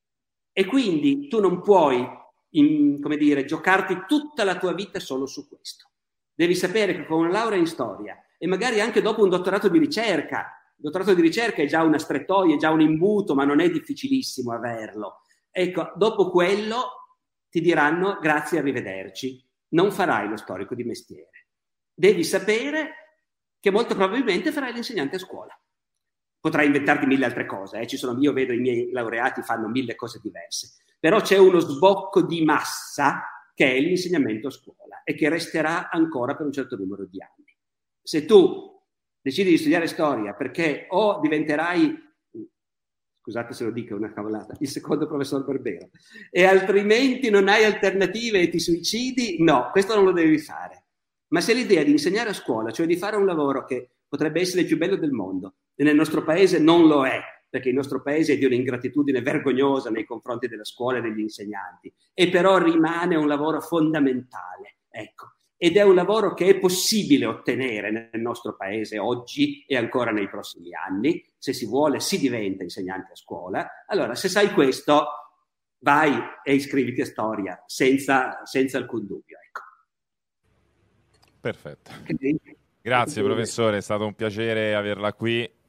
E quindi tu non puoi, in, come dire, giocarti tutta la tua vita solo su questo. Devi sapere che con una laurea in storia e magari anche dopo un dottorato di ricerca, il dottorato di ricerca è già una strettoia, è già un imbuto, ma non è difficilissimo averlo. Ecco, dopo quello ti diranno grazie, arrivederci, non farai lo storico di mestiere. Devi sapere che molto probabilmente farai l'insegnante a scuola. Potrai inventarti mille altre cose, eh? Ci sono, io vedo i miei laureati fanno mille cose diverse, però c'è uno sbocco di massa che è l'insegnamento a scuola e che resterà ancora per un certo numero di anni. Se tu decidi di studiare storia perché o diventerai, scusate se lo dico, è una cavolata, il secondo professor Barbero, e altrimenti non hai alternative e ti suicidi, no, questo non lo devi fare. Ma se l'idea di insegnare a scuola, cioè di fare un lavoro che potrebbe essere il più bello del mondo, e nel nostro paese non lo è, perché il nostro paese è di un'ingratitudine vergognosa nei confronti della scuola e degli insegnanti, e però rimane un lavoro fondamentale, ecco. Ed è un lavoro che è possibile ottenere nel nostro paese oggi e ancora nei prossimi anni. Se si vuole, si diventa insegnante a scuola. Allora, se sai questo, vai e iscriviti a storia, senza, senza alcun dubbio, ecco. Perfetto. Grazie professore, è stato un piacere averla qui.